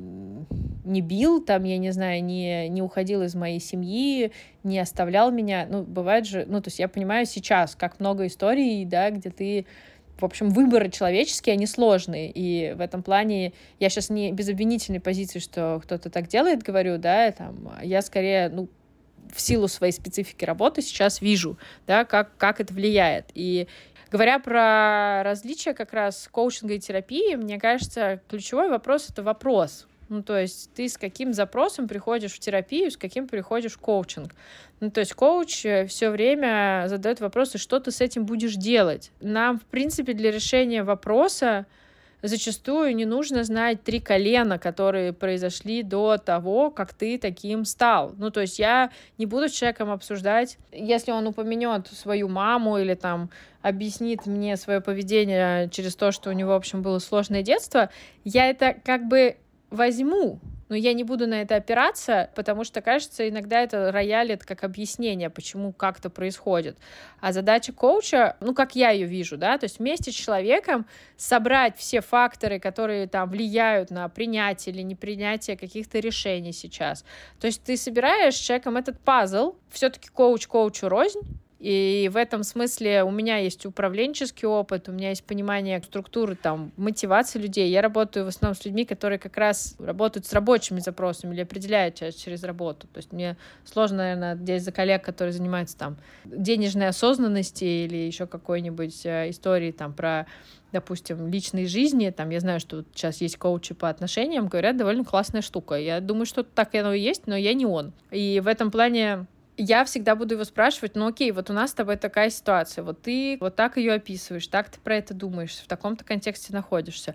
C: не бил, там, я не знаю, не, не уходил из моей семьи, не оставлял меня, ну, бывает же, ну, то есть я понимаю сейчас, как много историй, да, где ты, в общем, выборы человеческие, они сложные, и в этом плане я сейчас не без обвинительной позиции, что кто-то так делает, говорю, да, там, я скорее, ну, в силу своей специфики работы сейчас вижу, да, как, как это влияет. И говоря про различия как раз коучинга и терапии, мне кажется, ключевой вопрос — это вопрос. Ну, то есть ты с каким запросом приходишь в терапию, с каким приходишь в коучинг. Ну, то есть коуч все время задает вопросы, что ты с этим будешь делать. Нам, в принципе, для решения вопроса зачастую не нужно знать три колена, которые произошли до того, как ты таким стал. Ну, то есть я не буду с человеком обсуждать, если он упомянет свою маму или там объяснит мне свое поведение через то, что у него, в общем, было сложное детство, я это как бы возьму, но я не буду на это опираться, потому что, кажется, иногда это роялит как объяснение, почему как-то происходит. А задача коуча, ну, как я ее вижу, да, то есть вместе с человеком собрать все факторы, которые там влияют на принятие или непринятие каких-то решений сейчас. То есть ты собираешь с человеком этот пазл, все-таки коуч коучу рознь, и в этом смысле у меня есть управленческий опыт, у меня есть понимание структуры, там, мотивации людей. Я работаю в основном с людьми, которые как раз работают с рабочими запросами или определяют часть через работу. То есть мне сложно, наверное, здесь за коллег, которые занимаются там денежной осознанностью или еще какой-нибудь э, историей там про, допустим, личной жизни. Там я знаю, что вот сейчас есть коучи по отношениям, говорят, довольно классная штука. Я думаю, что так оно и есть, но я не он. И в этом плане я всегда буду его спрашивать, ну окей, вот у нас с тобой такая ситуация, вот ты вот так ее описываешь, так ты про это думаешь, в таком-то контексте находишься.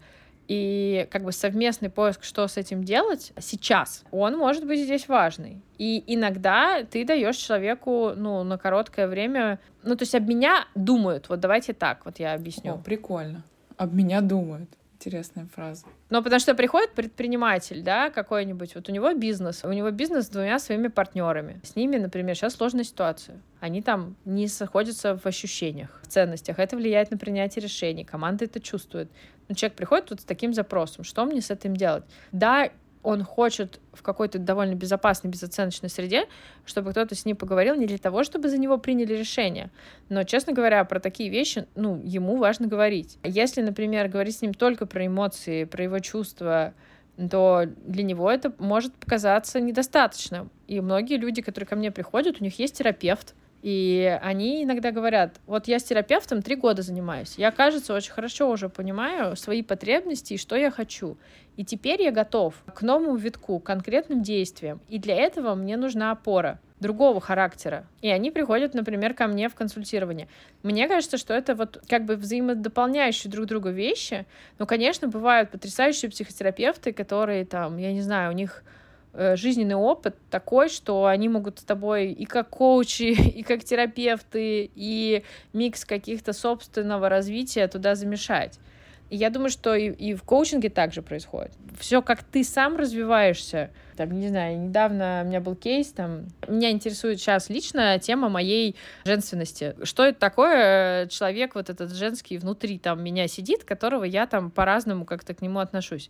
C: И как бы совместный поиск, что с этим делать сейчас, он может быть здесь важный. И иногда ты даешь человеку, ну, на короткое время, ну, то есть об меня думают, вот давайте так, вот я объясню.
B: О, прикольно. Об меня думают. Интересная фраза.
C: Ну, потому что приходит предприниматель, да, какой-нибудь, вот у него бизнес, у него бизнес с двумя своими партнерами. С ними, например, сейчас сложная ситуация. Они там не сходятся в ощущениях, в ценностях. Это влияет на принятие решений. Команда это чувствует. Но человек приходит вот с таким запросом. Что мне с этим делать? Да, он хочет в какой-то довольно безопасной, безоценочной среде, чтобы кто-то с ним поговорил не для того, чтобы за него приняли решение. Но, честно говоря, про такие вещи, ну, ему важно говорить. Если, например, говорить с ним только про эмоции, про его чувства, то для него это может показаться недостаточным. И многие люди, которые ко мне приходят, у них есть терапевт, и они иногда говорят: вот я с терапевтом три года занимаюсь, я, кажется, очень хорошо уже понимаю свои потребности и что я хочу. И теперь я готов к новому витку, к конкретным действиям. И для этого мне нужна опора другого характера. И они приходят, например, ко мне в консультирование. Мне кажется, что это вот как бы взаимодополняющие друг друга вещи. Но, конечно, бывают потрясающие психотерапевты, которые там, я не знаю, у них жизненный опыт такой, что они могут с тобой и как коучи, и как терапевты, и микс каких-то собственного развития туда замешать. И я думаю, что и, и в коучинге также происходит. Все, как ты сам развиваешься. Там, не знаю, недавно у меня был кейс, там, меня интересует сейчас лично тема моей женственности. Что это такое человек вот этот женский внутри там меня сидит, которого я там по-разному как-то к нему отношусь.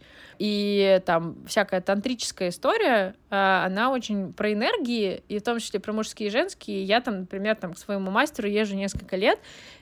C: И там всякая тантрическая история, она очень про энергии, и в том числе про мужские и женские. Я там, например, там, к своему мастеру езжу несколько лет,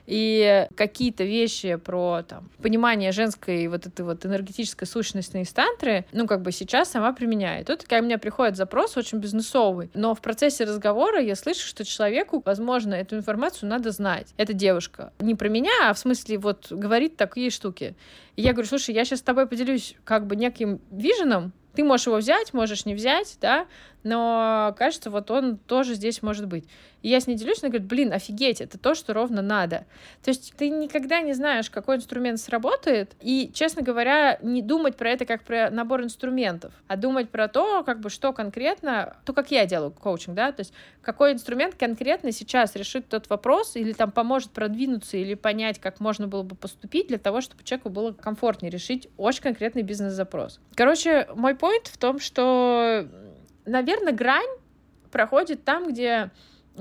C: и какие-то вещи про там, понимание женской вот этой вот энергетической сущности из тантры, ну, как бы сейчас сама применяю. Тут ко мне приходит запрос очень бизнесовый, но в процессе разговора я слышу, что человеку, возможно, эту информацию надо знать. Эта девушка не про меня, а в смысле вот говорит такие штуки. И я говорю: слушай, я сейчас с тобой поделюсь как бы неким виженом, ты можешь его взять, можешь не взять, да, но, кажется, вот он тоже здесь может быть. И я с ней делюсь, она говорит: блин, офигеть, это то, что ровно надо. То есть ты никогда не знаешь, какой инструмент сработает, и, честно говоря, не думать про это как про набор инструментов, а думать про то, как бы, что конкретно, то, как я делаю коучинг, да, то есть какой инструмент конкретно сейчас решит тот вопрос или там поможет продвинуться или понять, как можно было бы поступить для того, чтобы человеку было комфортнее решить очень конкретный бизнес-запрос. Короче, мой поинт в том, что, наверное, грань проходит там, где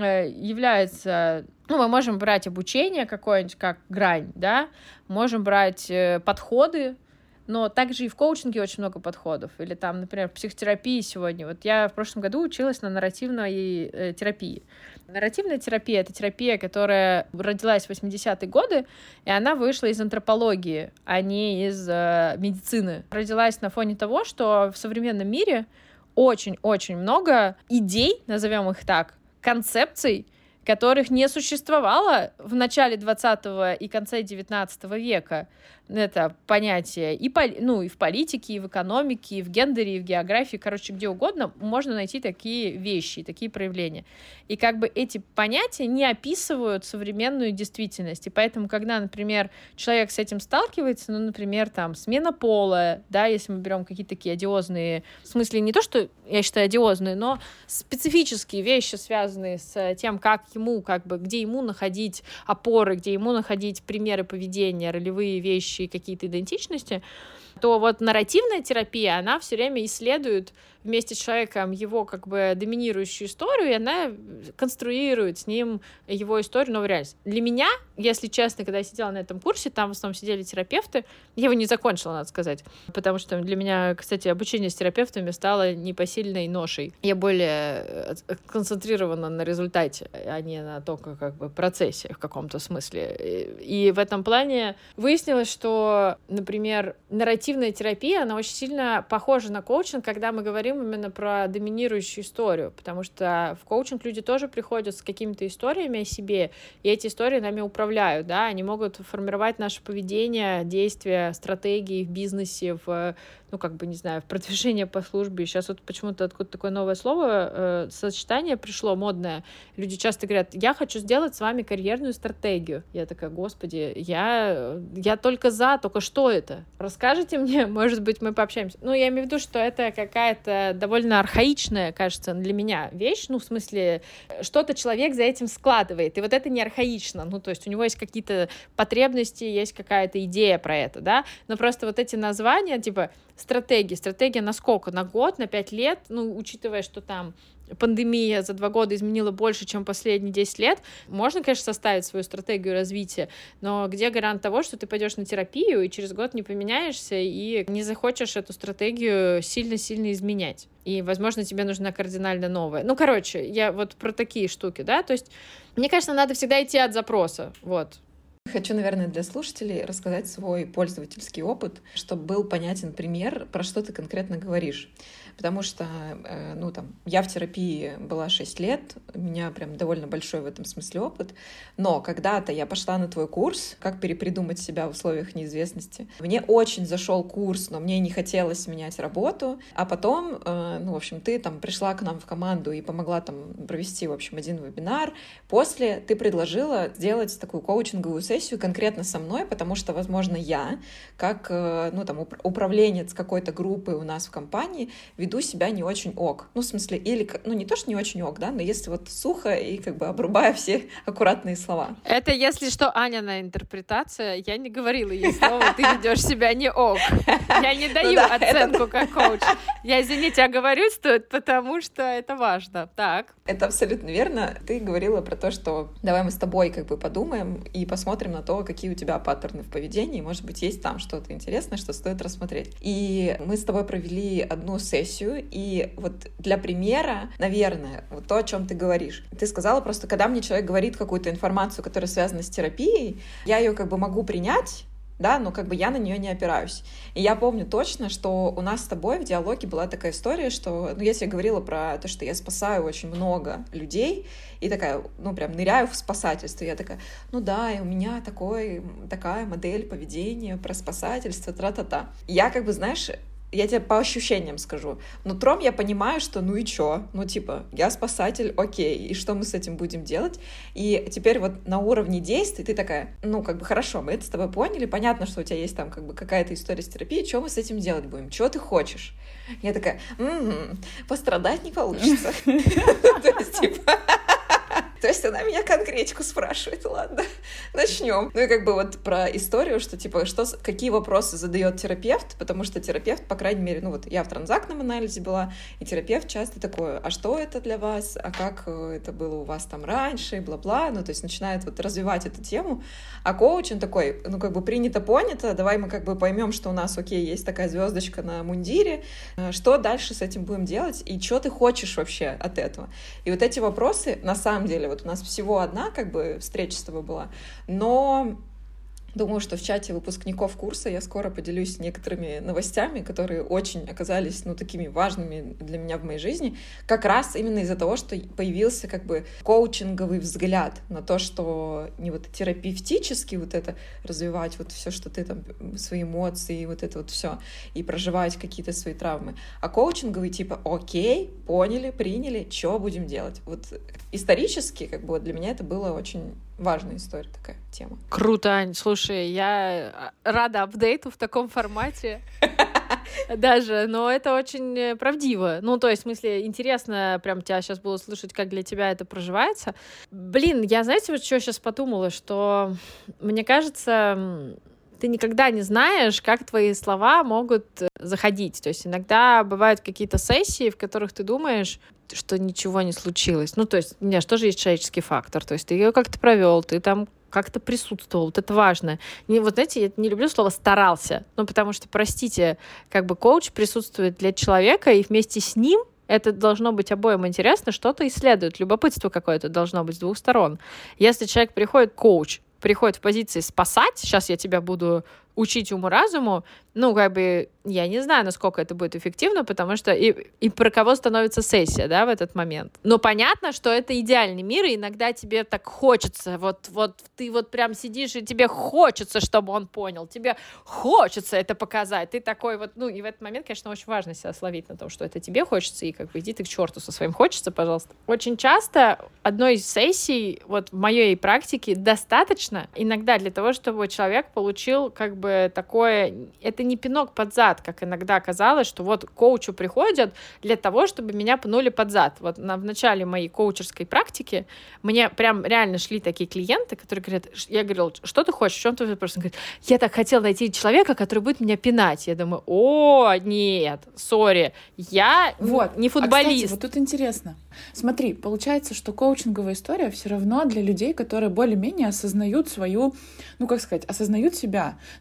C: является... Ну, мы можем брать обучение какое-нибудь как грань, да, можем брать э, подходы, но также и в коучинге очень много подходов. Или там, например, в психотерапии сегодня. Вот я в прошлом году училась на нарративной э, терапии. Нарративная терапия — это терапия, которая родилась в восьмидесятые годы, и она вышла из антропологии, а не из э, медицины. Родилась на фоне того, что в современном мире очень-очень много идей, назовем их так, концепций, которых не существовало в начале двадцатого и конце девятнадцатого века. Это понятие и, ну, и в политике, и в экономике, и в гендере, и в географии, короче, где угодно можно найти такие вещи, такие проявления. И как бы эти понятия не описывают современную действительность. И поэтому, когда, например, человек с этим сталкивается, ну, например, там, смена пола, да, если мы берем какие-то такие одиозные, в смысле не то, что я считаю одиозные, но специфические вещи, связанные с тем, как ему, как бы, где ему находить опоры, где ему находить примеры поведения, ролевые вещи и какие-то идентичности, то вот нарративная терапия, она все время исследует вместе с человеком его как бы доминирующую историю, и она конструирует с ним его историю, новую реальность. Для меня, если честно, когда я сидела на этом курсе, там в основном сидели терапевты, я его не закончила, надо сказать, потому что для меня, кстати, обучение с терапевтами стало непосильной ношей. Я более концентрирована на результате, а не на только как бы процессе в каком-то смысле. И в этом плане выяснилось, что, например, нарративная терапия, она очень сильно похожа на коучинг, когда мы говорим именно про доминирующую историю, потому что в коучинг люди тоже приходят с какими-то историями о себе, и эти истории нами управляют, да, они могут формировать наше поведение, действия, стратегии в бизнесе, в, ну, как бы, не знаю, в продвижении по службе. Сейчас вот почему-то откуда такое новое слово, э, сочетание пришло, модное. Люди часто говорят: я хочу сделать с вами карьерную стратегию. Я такая: господи, я, я только за, только что это? Расскажите мне, может быть, мы пообщаемся. Ну, я имею в виду, что это какая-то довольно архаичная, кажется, для меня вещь, ну, в смысле, что-то человек за этим складывает, и вот это не архаично, ну, то есть у него есть какие-то потребности, есть какая-то идея про это, да, но просто вот эти названия, типа, стратегии, стратегия на сколько? На год, на пять лет, ну, учитывая, что там пандемия за два года изменила больше, чем последние десять лет, можно, конечно, составить свою стратегию развития, но где гарант того, что ты пойдешь на терапию и через год не поменяешься и не захочешь эту стратегию сильно-сильно изменять? И, возможно, тебе нужна кардинально новая. Ну, короче, я вот про такие штуки, да, то есть, мне кажется, надо всегда идти от запроса, вот.
A: Хочу, наверное, для слушателей рассказать свой пользовательский опыт, чтобы был понятен пример, про что ты конкретно говоришь. Потому что, ну, там, я в терапии была шесть лет, у меня прям довольно большой в этом смысле опыт, но когда-то я пошла на твой курс «Как перепридумать себя в условиях неизвестности». Мне очень зашел курс, но мне не хотелось менять работу, а потом, ну, в общем, ты там пришла к нам в команду и помогла там провести, в общем, один вебинар. После ты предложила сделать такую коучинговую сессию конкретно со мной, потому что, возможно, я, как, ну, там, управленец какой-то группы у нас в компании, веду себя не очень ок. Ну, в смысле, или, ну, не то, что не очень ок, да, но если вот сухо и как бы обрубая все аккуратные слова.
C: Это, если что, Аняна интерпретация. Я не говорила ей слово, ты ведешь себя не ок. Я не даю ну, да, оценку это... как коуч. Я, извините, оговорюсь тут, потому что это важно. Так.
A: Это абсолютно верно. Ты говорила про то, что давай мы с тобой как бы подумаем и посмотрим на то, какие у тебя паттерны в поведении. Может быть, есть там что-то интересное, что стоит рассмотреть. И мы с тобой провели одну сессию, и вот для примера, наверное, вот то, о чем ты говоришь. Ты сказала просто, когда мне человек говорит какую-то информацию, которая связана с терапией, я ее как бы могу принять, да, но как бы я на нее не опираюсь. И я помню точно, что у нас с тобой в диалоге была такая история, что, ну, я тебе говорила про то, что я спасаю очень много людей, и такая, ну, прям ныряю в спасательство. Я такая, ну да, и у меня такой, такая модель поведения про спасательство, тра-та-та. Я как бы, знаешь, я тебе по ощущениям скажу. Нутром я понимаю, что ну и чё? Ну типа, я спасатель, окей, и что мы с этим будем делать? И теперь вот на уровне действий ты такая, ну как бы хорошо, мы это с тобой поняли, понятно, что у тебя есть там как бы какая-то история с терапией, что мы с этим делать будем? Чего ты хочешь? Я такая, пострадать не получится. То есть типа... То есть она меня конкретику спрашивает, ладно, начнем. Ну и как бы вот про историю, что типа, что, какие вопросы задает терапевт, потому что терапевт, по крайней мере, ну вот я в транзактном анализе была, и терапевт часто такой, а что это для вас, а как это было у вас там раньше, и бла-бла, ну то есть начинает вот развивать эту тему, а коуч, он такой, ну как бы принято, понято, давай мы как бы поймем, что у нас, окей, есть такая звездочка на мундире, что дальше с этим будем делать, и что ты хочешь вообще от этого. И вот эти вопросы, на самом деле, вот у нас всего одна как бы встреча с тобой была, но думаю, что в чате выпускников курса я скоро поделюсь некоторыми новостями, которые очень оказались, ну, такими важными для меня в моей жизни, как раз именно из-за того, что появился как бы коучинговый взгляд на то, что не вот терапевтически вот это развивать, вот все, что ты там, свои эмоции, вот это вот все, и проживать какие-то свои травмы, а коучинговый типа, окей, поняли, приняли, что будем делать? Вот исторически как бы вот для меня это было очень важная история, такая тема.
C: Круто, Ань. Слушай, я рада апдейту в таком формате даже, но это очень правдиво. Ну, то есть, в смысле, интересно прям тебя сейчас было слышать, как для тебя это проживается. Блин, я, знаете, вот что сейчас подумала, что мне кажется, ты никогда не знаешь, как твои слова могут заходить. То есть иногда бывают какие-то сессии, в которых ты думаешь, что ничего не случилось. Ну, то есть, у меня же тоже есть человеческий фактор. То есть ты ее как-то провел, ты там как-то присутствовал. Вот это важно. Не, вот знаете, я не люблю слово «старался». Ну, потому что, простите, как бы коуч присутствует для человека, и вместе с ним это должно быть обоим интересно, что-то исследует. Любопытство какое-то должно быть с двух сторон. Если человек приходит, коуч, приходит в позиции спасать, сейчас я тебя буду учить уму-разуму, ну, как бы, я не знаю, насколько это будет эффективно, потому что и, и про кого становится сессия, да, в этот момент. Но понятно, что это идеальный мир, и иногда тебе так хочется, вот, вот ты вот прям сидишь, и тебе хочется, чтобы он понял, тебе хочется это показать, ты такой вот, ну, и в этот момент, конечно, очень важно себя словить на том, что это тебе хочется, и как бы иди ты к черту со своим хочется, пожалуйста. Очень часто одной из сессий, вот в моей практике, достаточно иногда для того, чтобы человек получил как бы такое, это не пинок под зад, как иногда казалось, что вот к коучу приходят для того, чтобы меня пнули под зад. Вот на, в начале моей коучерской практики мне прям реально шли такие клиенты, которые говорят, я говорила, что ты хочешь, в чем ты вопрос? Он говорит, я так хотела найти человека, который будет меня пинать. Я думаю, о, нет, сори, я вот. не футболист.
B: А, кстати, вот тут интересно. Смотри, получается, что коучинговая история все равно для людей, которые более-менее осознают свою, ну, как сказать, осознают себя. То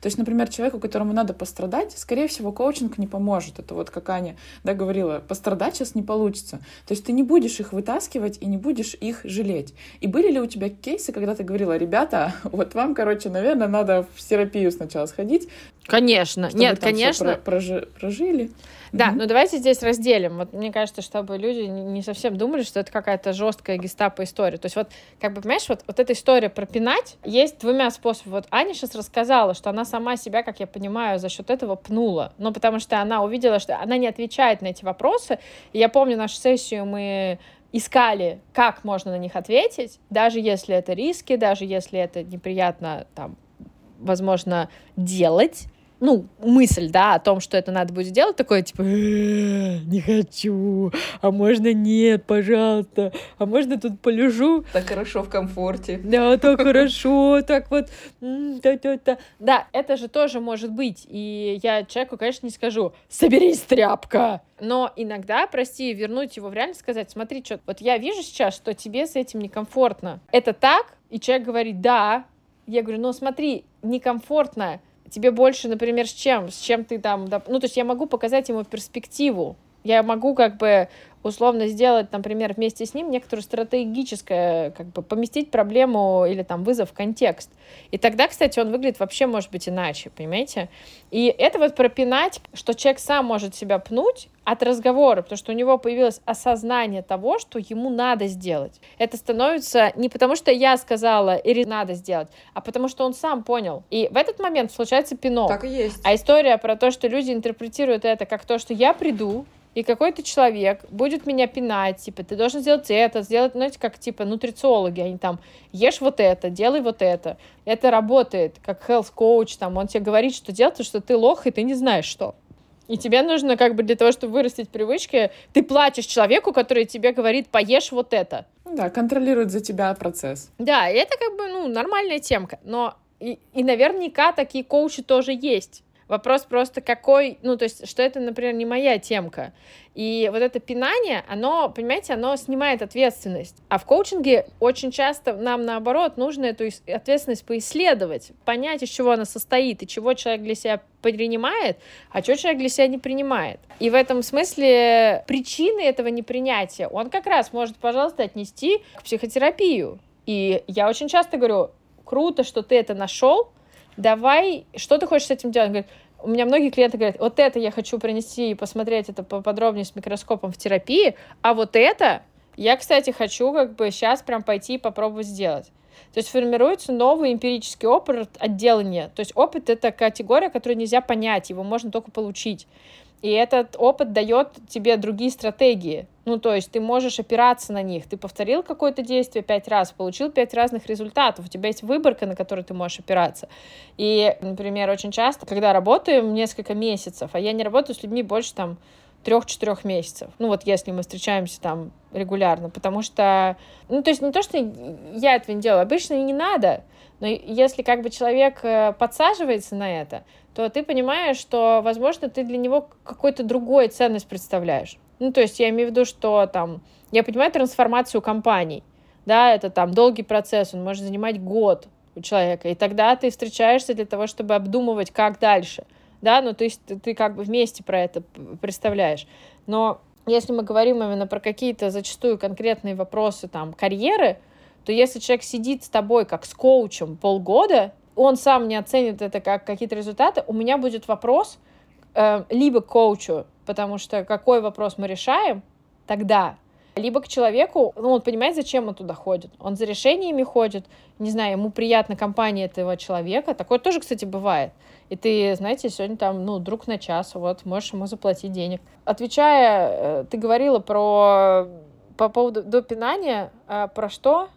B: То есть, например, человеку, которому надо пострадать, скорее всего, коучинг не поможет. Это вот как Аня, да, говорила, пострадать сейчас не получится. То есть ты не будешь их вытаскивать и не будешь их жалеть. И были ли у тебя кейсы, когда ты говорила: ребята, вот вам, короче, наверное, надо в терапию сначала сходить?
C: Конечно. Нет, конечно.
B: Про- прожи- прожили.
C: Да,
B: Мгм.
C: ну давайте здесь разделим. Вот мне кажется, чтобы люди не не совсем думали, что это какая-то жесткая гестапо история. То есть вот, как бы, понимаешь, вот, вот эта история про пинать есть двумя способами. Вот Аня сейчас рассказала, что она сама себя, как я понимаю, за счет этого пнула. Ну, потому что она увидела, что она не отвечает на эти вопросы. И я помню нашу сессию, мы искали, как можно на них ответить, даже если это риски, даже если это неприятно, там, возможно, делать. Ну, мысль, да, о том, что это надо будет делать, такое, типа, «Э, не хочу, а можно нет, пожалуйста, а можно тут полежу,
A: Так хорошо в комфорте.
C: да, так хорошо, так вот, м, та-та-та». Да, это же тоже может быть, и я человеку, конечно, не скажу: соберись, тряпка, но иногда, прости, вернуть его в реальность, сказать: смотри, что, вот я вижу сейчас, что тебе с этим некомфортно, это так? И человек говорит: да. Я говорю: ну смотри, некомфортно тебе больше, например, с чем? С чем ты там... Ну, то есть я могу показать ему перспективу. Я могу как бы условно сделать, например, вместе с ним некоторую стратегическое, как бы поместить проблему или там вызов в контекст. И тогда, кстати, он выглядит вообще, может быть, иначе, понимаете? И это вот пропинать, что человек сам может себя пнуть от разговора, потому что у него появилось осознание того, что ему надо сделать. Это становится не потому, что я сказала или надо сделать, а потому что он сам понял. И в этот момент случается пинок.
A: Так и есть.
C: А история про то, что люди интерпретируют это как то, что я приду, и какой-то человек будет меня пинать, типа, ты должен сделать это, сделать, знаете, как, типа, нутрициологи, они там, ешь вот это, делай вот это. Это работает, как health coach, там, он тебе говорит, что делать, потому что ты лох, и ты не знаешь, что. И тебе нужно, как бы, для того, чтобы вырастить привычки, ты платишь человеку, который тебе говорит: поешь вот это.
B: Да, контролирует за тебя процесс.
C: Да, и это, как бы, ну, нормальная темка, но и, и наверняка такие коучи тоже есть. Вопрос просто какой, ну, то есть, что это, например, не моя темка. И вот это пинание, оно, понимаете, оно снимает ответственность. А в коучинге очень часто нам, наоборот, нужно эту ответственность поисследовать, понять, из чего она состоит, и чего человек для себя принимает, а чего человек для себя не принимает. И в этом смысле причины этого непринятия он как раз может, пожалуйста, отнести к психотерапию. И я очень часто говорю: круто, что ты это нашел, давай, что ты хочешь с этим делать? Он говорит, у меня многие клиенты говорят: вот это я хочу принести и посмотреть это поподробнее с микроскопом в терапии, а вот это я, кстати, хочу как бы сейчас прям пойти и попробовать сделать. То есть формируется новый эмпирический опыт отделания. То есть опыт — это категория, которую нельзя понять, его можно только получить. И этот опыт дает тебе другие стратегии. Ну, то есть ты можешь опираться на них. Ты повторил какое-то действие пять раз, получил пять разных результатов. У тебя есть выборка, на которую ты можешь опираться. И, например, очень часто, когда работаем несколько месяцев, а я не работаю с людьми больше там трех-четырех месяцев. Ну, вот если мы встречаемся там регулярно. Потому что, ну, то есть не то, что я этого не делаю. Обычно и не надо. Но если как бы человек подсаживается на это, то ты понимаешь, что, возможно, ты для него какую-то другую ценность представляешь. Ну, то есть я имею в виду, что там, я понимаю трансформацию компаний, да, это там долгий процесс, он может занимать год у человека, и тогда ты встречаешься для того, чтобы обдумывать, как дальше, да, ну, то есть ты, ты как бы вместе про это представляешь. Но если мы говорим именно про какие-то зачастую конкретные вопросы, там, карьеры, то если человек сидит с тобой как с коучем полгода, он сам не оценит это как какие-то результаты, у меня будет вопрос э, либо к коучу, потому что какой вопрос мы решаем тогда, либо к человеку, ну, он понимает, зачем он туда ходит. Он за решениями ходит, не знаю, ему приятна компания этого человека. Такое тоже, кстати, бывает. И ты, знаете, сегодня там, ну, друг на час, вот, можешь ему заплатить денег. Отвечая, ты говорила про, по поводу допинания, а про что?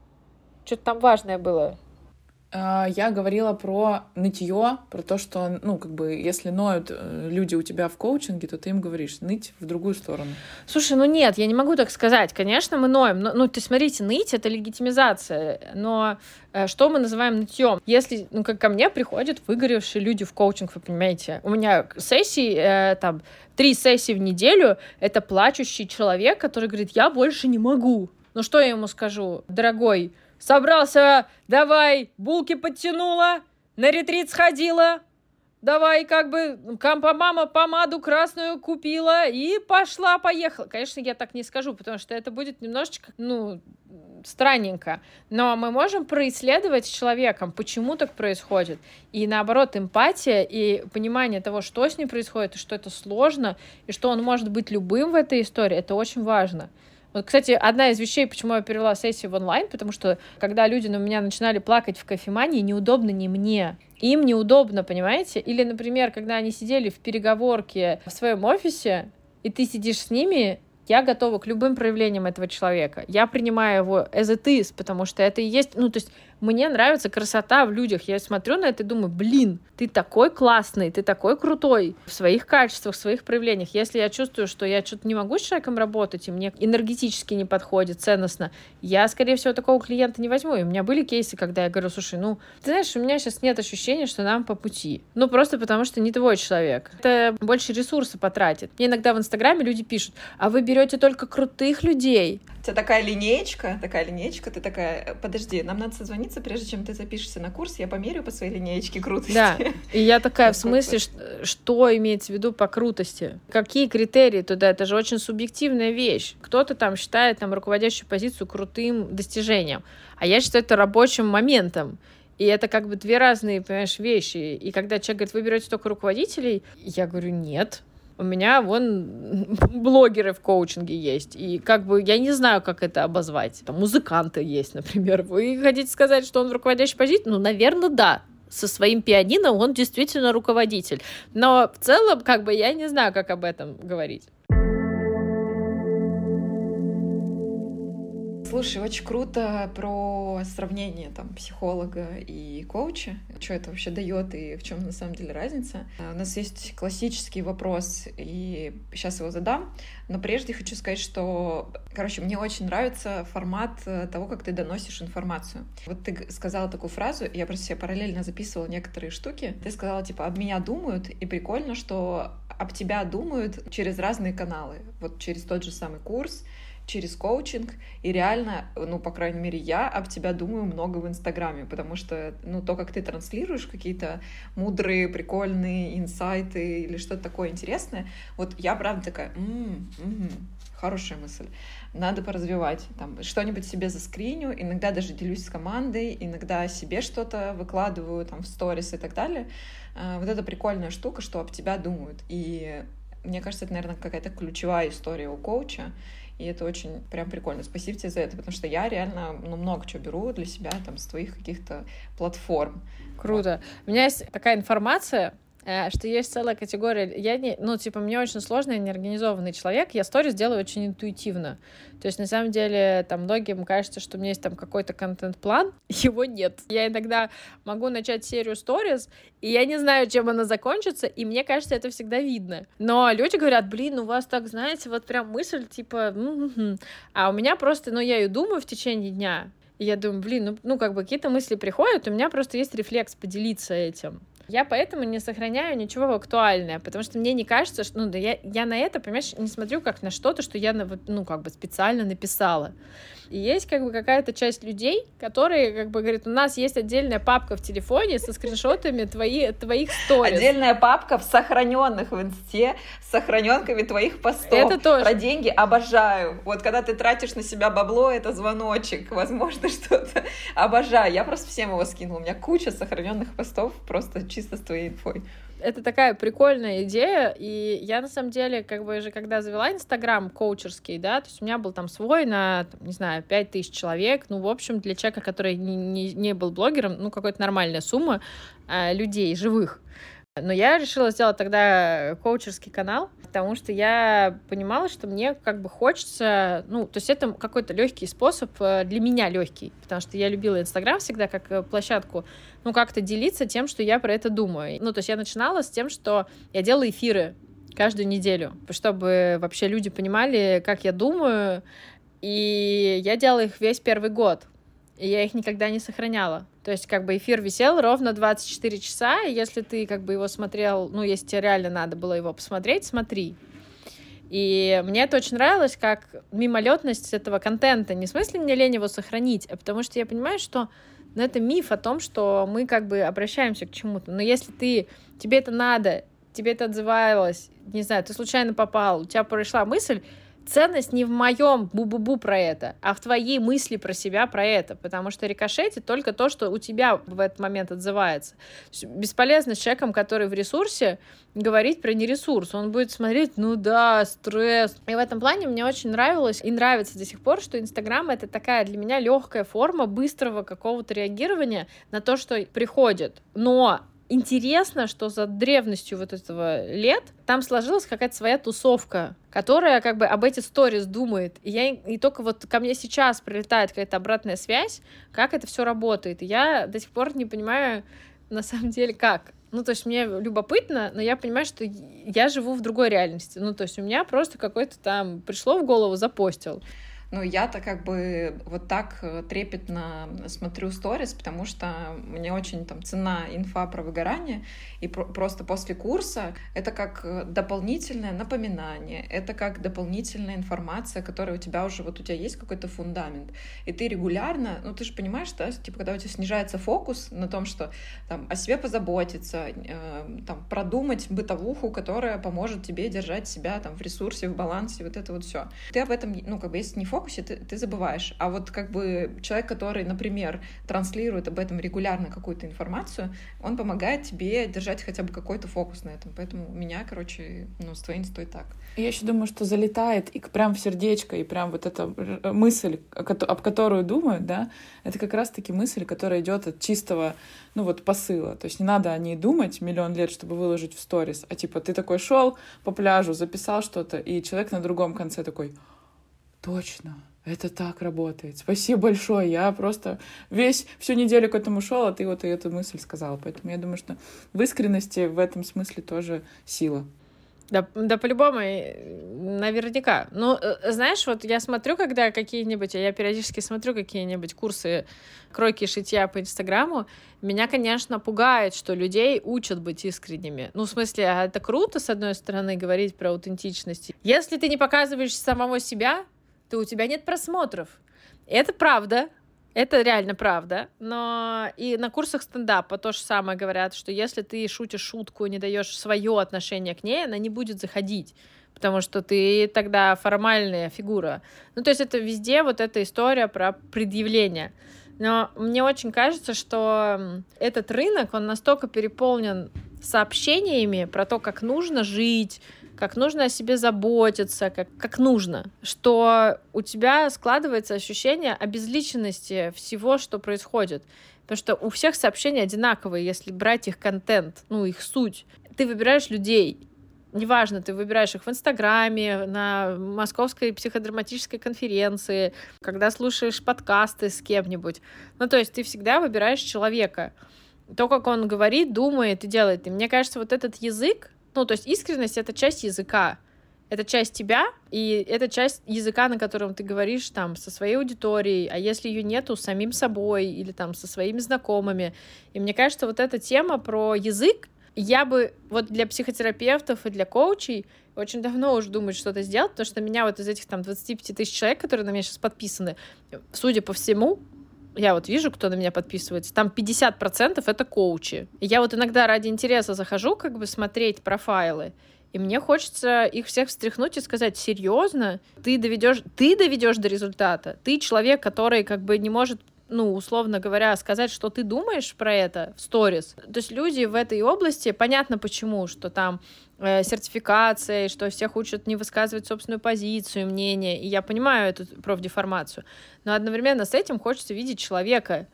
C: Что-то там важное было.
B: Я говорила про нытье, про то, что, ну, как бы, если ноют люди у тебя в коучинге, то ты им говоришь ныть в другую сторону.
C: Слушай, ну нет, я не могу так сказать. Конечно, мы ноем. Но, ну, то есть, смотрите, ныть — это легитимизация. Но э, что мы называем нытьем? Если, ну, как ко мне приходят выгоревшие люди в коучинг, вы понимаете, у меня сессии, э, там, три сессии в неделю — это плачущий человек, который говорит: я больше не могу. Ну, что я ему скажу? Дорогой, собрался, давай, булки подтянула, на ретрит сходила, давай как бы мама помаду красную купила и пошла-поехала. Конечно, я так не скажу, потому что это будет немножечко, ну, странненько. Но мы можем происследовать с человеком, почему так происходит. И наоборот, эмпатия и понимание того, что с ним происходит, и что это сложно, и что он может быть любым в этой истории, это очень важно. Вот, кстати, одна из вещей, почему я перевела сессию в онлайн, потому что, когда люди на меня начинали плакать в кофемании, неудобно не мне. Им неудобно, понимаете? Или, например, когда они сидели в переговорке в своем офисе, и ты сидишь с ними, я готова к любым проявлениям этого человека. Я принимаю его as it is, потому что это и есть... Ну, то есть мне нравится красота в людях. Я смотрю на это и думаю, блин, ты такой классный, ты такой крутой в своих качествах, в своих проявлениях. Если я чувствую, что я что-то не могу с человеком работать, и мне энергетически не подходит, ценностно, я, скорее всего, такого клиента не возьму. И у меня были кейсы, когда я говорю, слушай, ну, ты знаешь, у меня сейчас нет ощущения, что нам по пути. Ну, просто потому что не твой человек. Это больше ресурса потратит. Мне иногда в Инстаграме люди пишут, а вы берете только крутых людей.
A: У тебя такая линеечка, такая линеечка, ты такая, подожди, нам надо созвониться, прежде чем ты запишешься на курс, я померю по своей линеечке крутости.
C: Да, и я такая, в смысле, что, что имеется в виду по крутости? Какие критерии туда? Это же очень субъективная вещь. Кто-то там считает там руководящую позицию крутым достижением, а я считаю это рабочим моментом. И это как бы две разные, понимаешь, вещи. И когда человек говорит, вы берете только руководителей, я говорю, нет. У меня вон блогеры в коучинге есть, и как бы я не знаю, как это обозвать. Там музыканты есть, например. Вы хотите сказать, что он в руководящей позиции? Ну, наверное, да. Со своим пианино он действительно руководитель. Но в целом, как бы, я не знаю, как об этом говорить.
A: Слушай, очень круто про сравнение там психолога и коуча. Что это вообще дает и в чем на самом деле разница? У нас есть классический вопрос, и сейчас его задам. Но прежде хочу сказать, что, короче, мне очень нравится формат того, как ты доносишь информацию. Вот ты сказала такую фразу, я просто себе параллельно записывала некоторые штуки. Ты сказала, типа, об меня думают, и прикольно, что об тебя думают через разные каналы. Вот через тот же самый курс, через коучинг, и реально, ну, по крайней мере, я об тебя думаю много в Инстаграме, потому что, ну, то, как ты транслируешь какие-то мудрые, прикольные инсайты или что-то такое интересное, вот я, правда, такая, м-м, м-м, хорошая мысль, надо поразвивать, там, что-нибудь себе заскриню, иногда даже делюсь с командой, иногда себе что-то выкладываю, там, в сторис и так далее. Вот это прикольная штука, что об тебя думают, и мне кажется, это, наверное, какая-то ключевая история у коуча, и это очень прям прикольно. Спасибо тебе за это, потому что я реально, ну, много чего беру для себя там с твоих каких-то платформ.
C: Круто. У меня есть такая информация, что есть целая категория... Я не... Ну, типа, мне очень сложный, неорганизованный человек, я сторис делаю очень интуитивно. То есть, на самом деле, там, многим кажется, что у меня есть там какой-то контент-план, его нет. Я иногда могу начать серию сторис, и я не знаю, чем она закончится, и мне кажется, это всегда видно. Но люди говорят, блин, у вас так, знаете, вот прям мысль, типа... М-м-м. А у меня просто, ну, я ее думаю в течение дня, и я думаю, блин, ну, ну, как бы какие-то мысли приходят, у меня просто есть рефлекс поделиться этим. Я поэтому не сохраняю ничего актуального, потому что мне не кажется, что... Ну, да я, я на это, понимаешь, не смотрю как на что-то, что я, ну, как бы специально написала. И есть, как бы, какая-то часть людей, которые, как бы, говорят, у нас есть отдельная папка в телефоне со скриншотами твои, твоих сторис.
A: Отдельная папка в сохраненных в инсте с сохраненками твоих постов.
C: Это тоже.
A: Про деньги обожаю. Вот когда ты тратишь на себя бабло, это звоночек. Возможно, что-то обожаю. Я просто всем его скинула. У меня куча сохраненных постов просто чисто с твоей инфой.
C: Это такая прикольная идея, и я, на самом деле, как бы же, когда завела Инстаграм коучерский, да, то есть у меня был там свой на, там, не знаю, пять тысяч человек, ну, в общем, для человека, который не, не, не был блогером, ну, какая-то нормальная сумма а, людей, живых. Но я решила сделать тогда коучерский канал, потому что я понимала, что мне как бы хочется, ну, то есть это какой-то легкий способ, для меня легкий, потому что я любила Инстаграм всегда как площадку, ну, как-то делиться тем, что я про это думаю. Ну, то есть я начинала с тем, что я делала эфиры каждую неделю, чтобы вообще люди понимали, как я думаю, и я делала их весь первый год. И я их никогда не сохраняла. То есть, как бы, эфир висел ровно двадцать четыре часа, и если ты, как бы, его смотрел, ну, если тебе реально надо было его посмотреть, смотри. И мне это очень нравилось, как мимолетность этого контента. Не в смысле мне лень его сохранить, а потому что я понимаю, что Но это миф о том, что мы как бы обращаемся к чему-то. Но если ты, тебе это надо, тебе это отзывалось, не знаю, ты случайно попал, у тебя пришла мысль, ценность не в моем бу-бу-бу про это, а в твоей мысли про себя про это, потому что рикошетит только то, что у тебя в этот момент отзывается. Бесполезно с человеком, который в ресурсе, говорить про нересурс. Он будет смотреть, ну да, стресс. И в этом плане мне очень нравилось и нравится до сих пор, что Инстаграм — это такая для меня легкая форма быстрого какого-то реагирования на то, что приходит. Но интересно, что за древностью вот этого лет там сложилась какая-то своя тусовка, которая как бы об эти сторис думает. И, я, и только вот ко мне сейчас прилетает какая-то обратная связь, как это все работает. И я до сих пор не понимаю, на самом деле, как. Ну, то есть мне любопытно, но я понимаю, что я живу в другой реальности. Ну, то есть у меня просто какой-то там пришло в голову, запостил.
A: Ну, я-то как бы вот так трепетно смотрю сторис, потому что мне очень там ценна инфа про выгорание, и про- просто после курса это как дополнительное напоминание, это как дополнительная информация, которая у тебя уже, вот у тебя есть какой-то фундамент, и ты регулярно, ну, ты же понимаешь, да, типа, когда у тебя снижается фокус на том, что там о себе позаботиться, э, там, продумать бытовуху, которая поможет тебе держать себя там в ресурсе, в балансе, вот это вот все. Ты об этом, ну, как бы, если не фокус, Ты, ты забываешь. А вот как бы человек, который, например, транслирует об этом регулярно какую-то информацию, он помогает тебе держать хотя бы какой-то фокус на этом. Поэтому у меня, короче, ну, с твоей инстой так.
B: Я еще думаю, что залетает и прям в сердечко, и прям вот эта мысль, об которую думают, да, это как раз-таки мысль, которая идет от чистого, ну вот, посыла. То есть не надо о ней думать миллион лет, чтобы выложить в сторис, а типа ты такой шел по пляжу, записал что-то, и человек на другом конце такой: точно, это так работает. Спасибо большое. Я просто весь всю неделю к этому шел, а ты вот и эту мысль сказала. Поэтому я думаю, что в искренности в этом смысле тоже сила.
C: Да, да, по-любому, наверняка. Ну, знаешь, вот я смотрю, когда какие-нибудь, я периодически смотрю какие-нибудь курсы кройки и шитья по Инстаграму, меня, конечно, пугает, что людей учат быть искренними. Ну, в смысле, это круто, с одной стороны, говорить про аутентичность. Если ты не показываешь самого себя, то у тебя нет просмотров. Это правда. Это реально правда, но и на курсах стендапа то же самое говорят, что если ты шутишь шутку и не даешь свое отношение к ней, она не будет заходить, потому что ты тогда формальная фигура. Ну, то есть это везде вот эта история про предъявление. Но мне очень кажется, что этот рынок, он настолько переполнен сообщениями про то, как нужно жить, как нужно о себе заботиться, как, как нужно, что у тебя складывается ощущение обезличенности всего, что происходит. Потому что у всех сообщения одинаковые, если брать их контент, ну, их суть. Ты выбираешь людей, неважно, ты выбираешь их в Инстаграме, на Московской психодраматической конференции, когда слушаешь подкасты с кем-нибудь. Ну, то есть ты всегда выбираешь человека. То, как он говорит, думает и делает. И мне кажется, вот этот язык, ну, то есть искренность — это часть языка, это часть тебя, и это часть языка, на котором ты говоришь там со своей аудиторией, а если ее нету, с самим собой или там со своими знакомыми. И мне кажется, вот эта тема про язык, я бы вот для психотерапевтов и для коучей очень давно уже думаю что-то сделать, потому что меня вот из этих там двадцати пяти тысяч человек, которые на меня сейчас подписаны, судя по всему, я вот вижу, кто на меня подписывается, там пятьдесят процентов это коучи. И я вот иногда ради интереса захожу как бы смотреть профайлы, и мне хочется их всех встряхнуть и сказать: серьезно, ты доведешь, ты доведешь до результата, ты человек, который как бы не может, ну, условно говоря, сказать, что ты думаешь про это в сторис. То есть люди в этой области, понятно почему, что там э, сертификация, что всех учат не высказывать собственную позицию, мнение, и я понимаю эту профдеформацию, но одновременно с этим хочется видеть человека,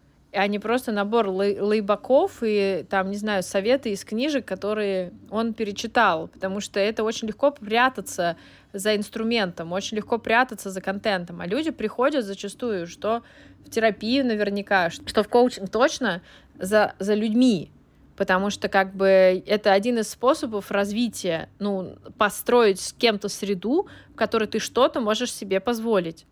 C: а не просто набор лей- лейбаков и, там, не знаю, советы из книжек, которые он перечитал, потому что это очень легко прятаться за инструментом, очень легко прятаться за контентом, а люди приходят зачастую, что в терапию наверняка, что в коучинг точно, за, за людьми, потому что как бы это один из способов развития, ну, построить с кем-то среду, в которой ты что-то можешь себе позволить.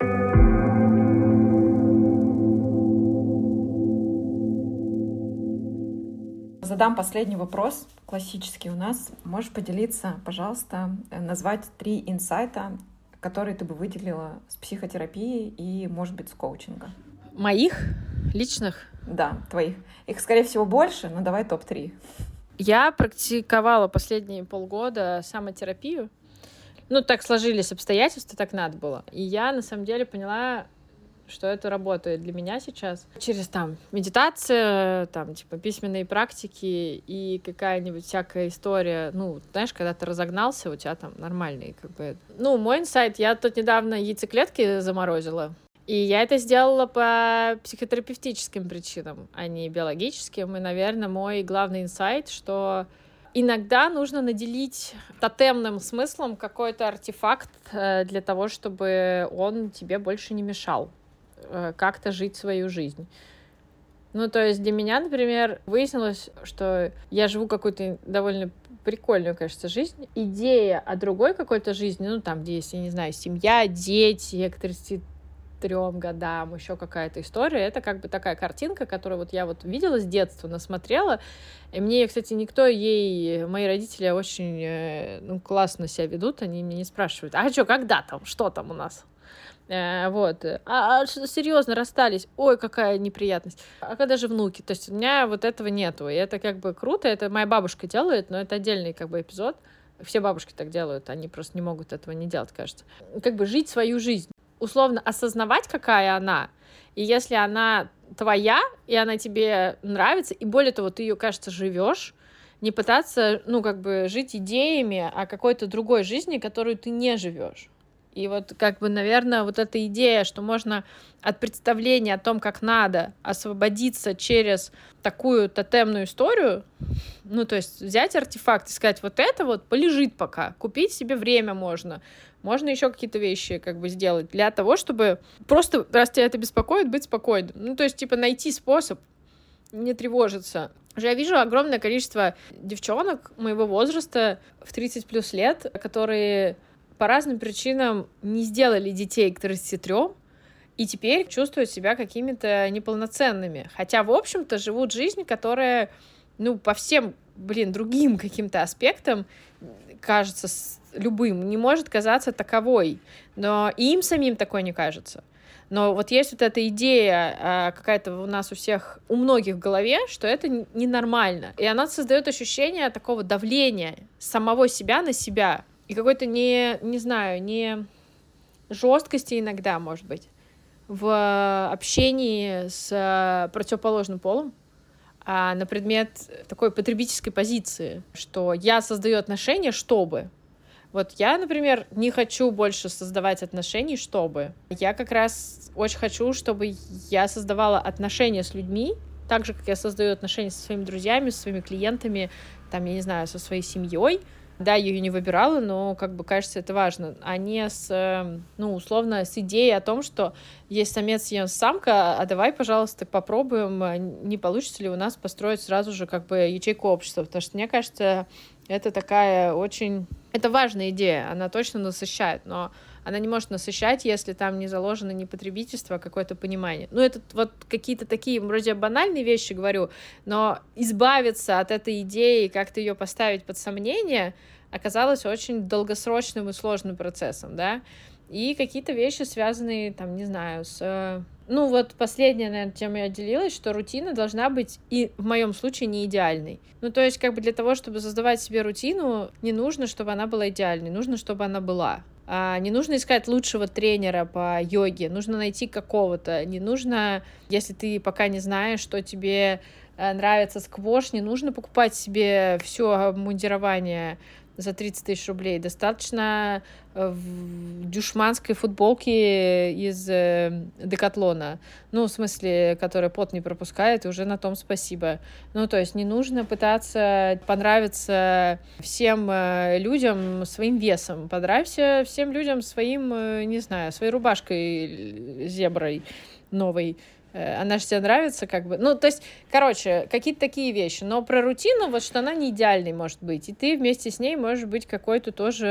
A: Задам последний вопрос, классический у нас. Можешь поделиться, пожалуйста, назвать три инсайта, которые ты бы выделила с психотерапии и, может быть, с коучинга?
C: Моих личных?
A: Да, твоих. Их, скорее всего, больше, но давай топ три.
C: Я практиковала последние полгода самотерапию. Ну, так сложились обстоятельства, так надо было. И я, на самом деле, поняла, что это работает для меня сейчас. Через там медитация, там, типа, письменные практики и какая-нибудь всякая история. Ну, знаешь, когда ты разогнался, у тебя там нормальный, как бы... Ну, мой инсайт, я тут недавно яйцеклетки заморозила. И я это сделала по психотерапевтическим причинам, а не биологическим. И, наверное, мой главный инсайт, что иногда нужно наделить тотемным смыслом какой-то артефакт для того, чтобы он тебе больше не мешал как-то жить свою жизнь. Ну, то есть для меня, например, выяснилось, что я живу какую-то довольно прикольную, кажется, жизнь. Идея о другой какой-то жизни, ну, там, где есть, я не знаю, семья, дети, к тридцати трем годам, еще какая-то история. Это как бы такая картинка, которую вот я вот видела с детства, насмотрела. И мне, кстати, никто ей... Мои родители очень ну, классно себя ведут, они меня не спрашивают, а что, когда там, что там у нас? Э, вот. А, а серьезно, расстались? Ой, какая неприятность. А когда же внуки? То есть у меня вот этого нету. И это как бы круто, это моя бабушка делает, но это отдельный как бы эпизод. Все бабушки так делают, они просто не могут этого не делать, кажется. Как бы жить свою жизнь. Условно осознавать, какая она, и если она твоя, и она тебе нравится, и более того, ты ее, кажется, живешь, не пытаться, ну, как бы жить идеями о какой-то другой жизни, которую ты не живешь. И вот, как бы, наверное, вот эта идея, что можно от представления о том, как надо, освободиться через такую тотемную историю, ну, то есть взять артефакт и сказать, вот это вот полежит пока, купить себе время можно, можно еще какие-то вещи как бы сделать для того, чтобы просто, раз тебя это беспокоит, быть спокойным. Ну, то есть, типа, найти способ не тревожиться. Я вижу огромное количество девчонок моего возраста в тридцать плюс лет, которые по разным причинам не сделали детей к тридцати трём, и теперь чувствуют себя какими-то неполноценными. Хотя, в общем-то, живут жизнь, которая, ну, по всем, блин, другим каким-то аспектам кажется любым, не может казаться таковой. Но и им самим такой не кажется. Но вот есть вот эта идея какая-то у нас у всех, у многих в голове, что это ненормально. И она создает ощущение такого давления самого себя на себя. И какой-то не, не знаю, не жесткости иногда, может быть, в общении с противоположным полом, а на предмет такой потребительской позиции, что я создаю отношения, чтобы... Вот я, например, не хочу больше создавать отношений, чтобы. Я как раз очень хочу, чтобы я создавала отношения с людьми, так же, как я создаю отношения со своими друзьями, со своими клиентами, там, я не знаю, со своей семьей. Да, я ее не выбирала, но, как бы, кажется, это важно. А не с, ну, условно, с идеей о том, что есть самец, есть самка, а давай, пожалуйста, попробуем, не получится ли у нас построить сразу же, как бы, ячейку общества. Потому что, мне кажется, это такая очень... Это важная идея, она точно насыщает, но она не может насыщать, если там не заложено не потребительство, а какое-то понимание. Ну, это вот какие-то такие, вроде банальные вещи говорю, но избавиться от этой идеи, как-то ее поставить под сомнение, оказалось очень долгосрочным и сложным процессом, да, и какие-то вещи, связанные, там, не знаю, с... Ну, вот последняя, наверное, тема я делилась, что рутина должна быть, и в моем случае, не идеальной. Ну, то есть, как бы для того, чтобы создавать себе рутину, не нужно, чтобы она была идеальной, нужно, чтобы она была. А не нужно искать лучшего тренера по йоге, нужно найти какого-то. Не нужно, если ты пока не знаешь, что тебе нравится сквош, не нужно покупать себе все обмундирование за тридцать тысяч рублей. Достаточно в дюшманской футболке из Декатлона. Ну, в смысле, которая пот не пропускает, и уже на том спасибо. Ну, то есть не нужно пытаться понравиться всем людям своим весом. Понравься всем людям своим, не знаю, своей рубашкой зеброй новой. Она же тебе нравится, как бы... Ну, то есть, короче, какие-то такие вещи. Но про рутину, вот что она не идеальной может быть. И ты вместе с ней можешь быть какой-то тоже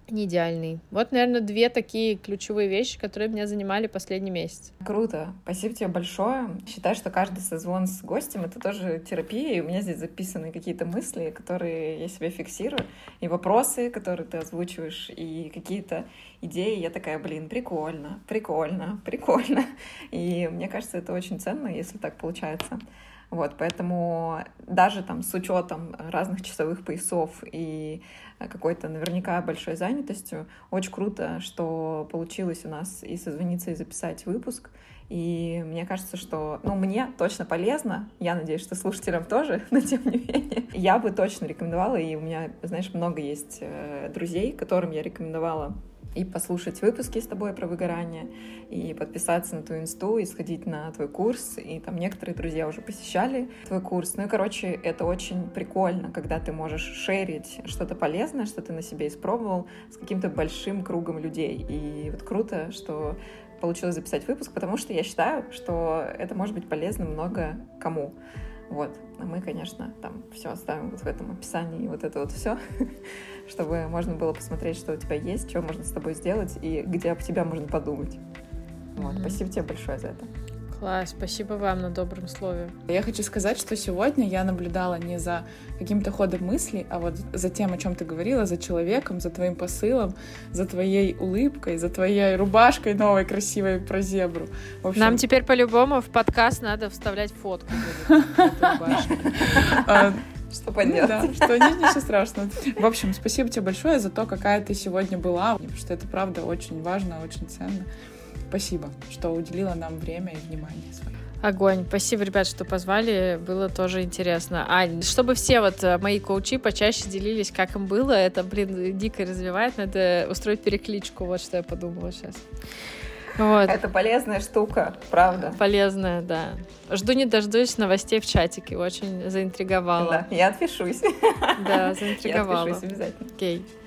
C: не идеальный. Вот, наверное, две такие ключевые вещи, которые меня занимали последний месяц.
A: Круто. Спасибо тебе большое. Считаю, что каждый созвон с гостем — это тоже терапия, и у меня здесь записаны какие-то мысли, которые я себе фиксирую, и вопросы, которые ты озвучиваешь, и какие-то идеи. Я такая, блин, прикольно, прикольно, прикольно. И мне кажется, это очень ценно, если так получается. Вот, поэтому даже там с учетом разных часовых поясов и какой-то наверняка большой занятостью, очень круто, что получилось у нас и созвониться, и записать выпуск. И мне кажется, что, ну, мне точно полезно, я надеюсь, что слушателям тоже, но тем не менее, я бы точно рекомендовала, и у меня, знаешь, много есть друзей, которым я рекомендовала и послушать выпуски с тобой про выгорание, и подписаться на твою инсту, и сходить на твой курс, и там некоторые друзья уже посещали твой курс. Ну и, короче, это очень прикольно, когда ты можешь шерить что-то полезное, что ты на себе испробовал, с каким-то большим кругом людей. И вот круто, что получилось записать выпуск, потому что я считаю, что это может быть полезно много кому. Вот. А мы, конечно, там все оставим вот в этом описании, и вот это вот все, чтобы можно было посмотреть, что у тебя есть, что можно с тобой сделать, и где об тебя можно подумать. Вот. Mm-hmm. Спасибо тебе большое за это.
C: Класс, спасибо вам на добром слове.
B: Я хочу сказать, что сегодня я наблюдала не за каким-то ходом мыслей, а вот за тем, о чем ты говорила, за человеком, за твоим посылом, за твоей улыбкой, за твоей рубашкой новой красивой про зебру.
C: В общем... Нам теперь по-любому в подкаст надо вставлять фотку этой рубашки.
A: Что поделать?
B: Да, что нет, ничего страшного. В общем, спасибо тебе большое за то, какая ты сегодня была, потому что это, правда, очень важно, очень ценно. Спасибо, что уделила нам время и внимание свое.
C: Огонь. Спасибо, ребят, что позвали. Было тоже интересно. А чтобы все вот мои коучи почаще делились, как им было, это, блин, дико развивает. Надо устроить перекличку. Вот что я подумала сейчас. Вот.
A: Это полезная штука, правда.
C: Полезная, да. Жду не дождусь новостей в чатике. Очень заинтриговала.
A: Да, я отпишусь.
C: Да, заинтриговала.
A: Я отпишусь обязательно.
C: Окей.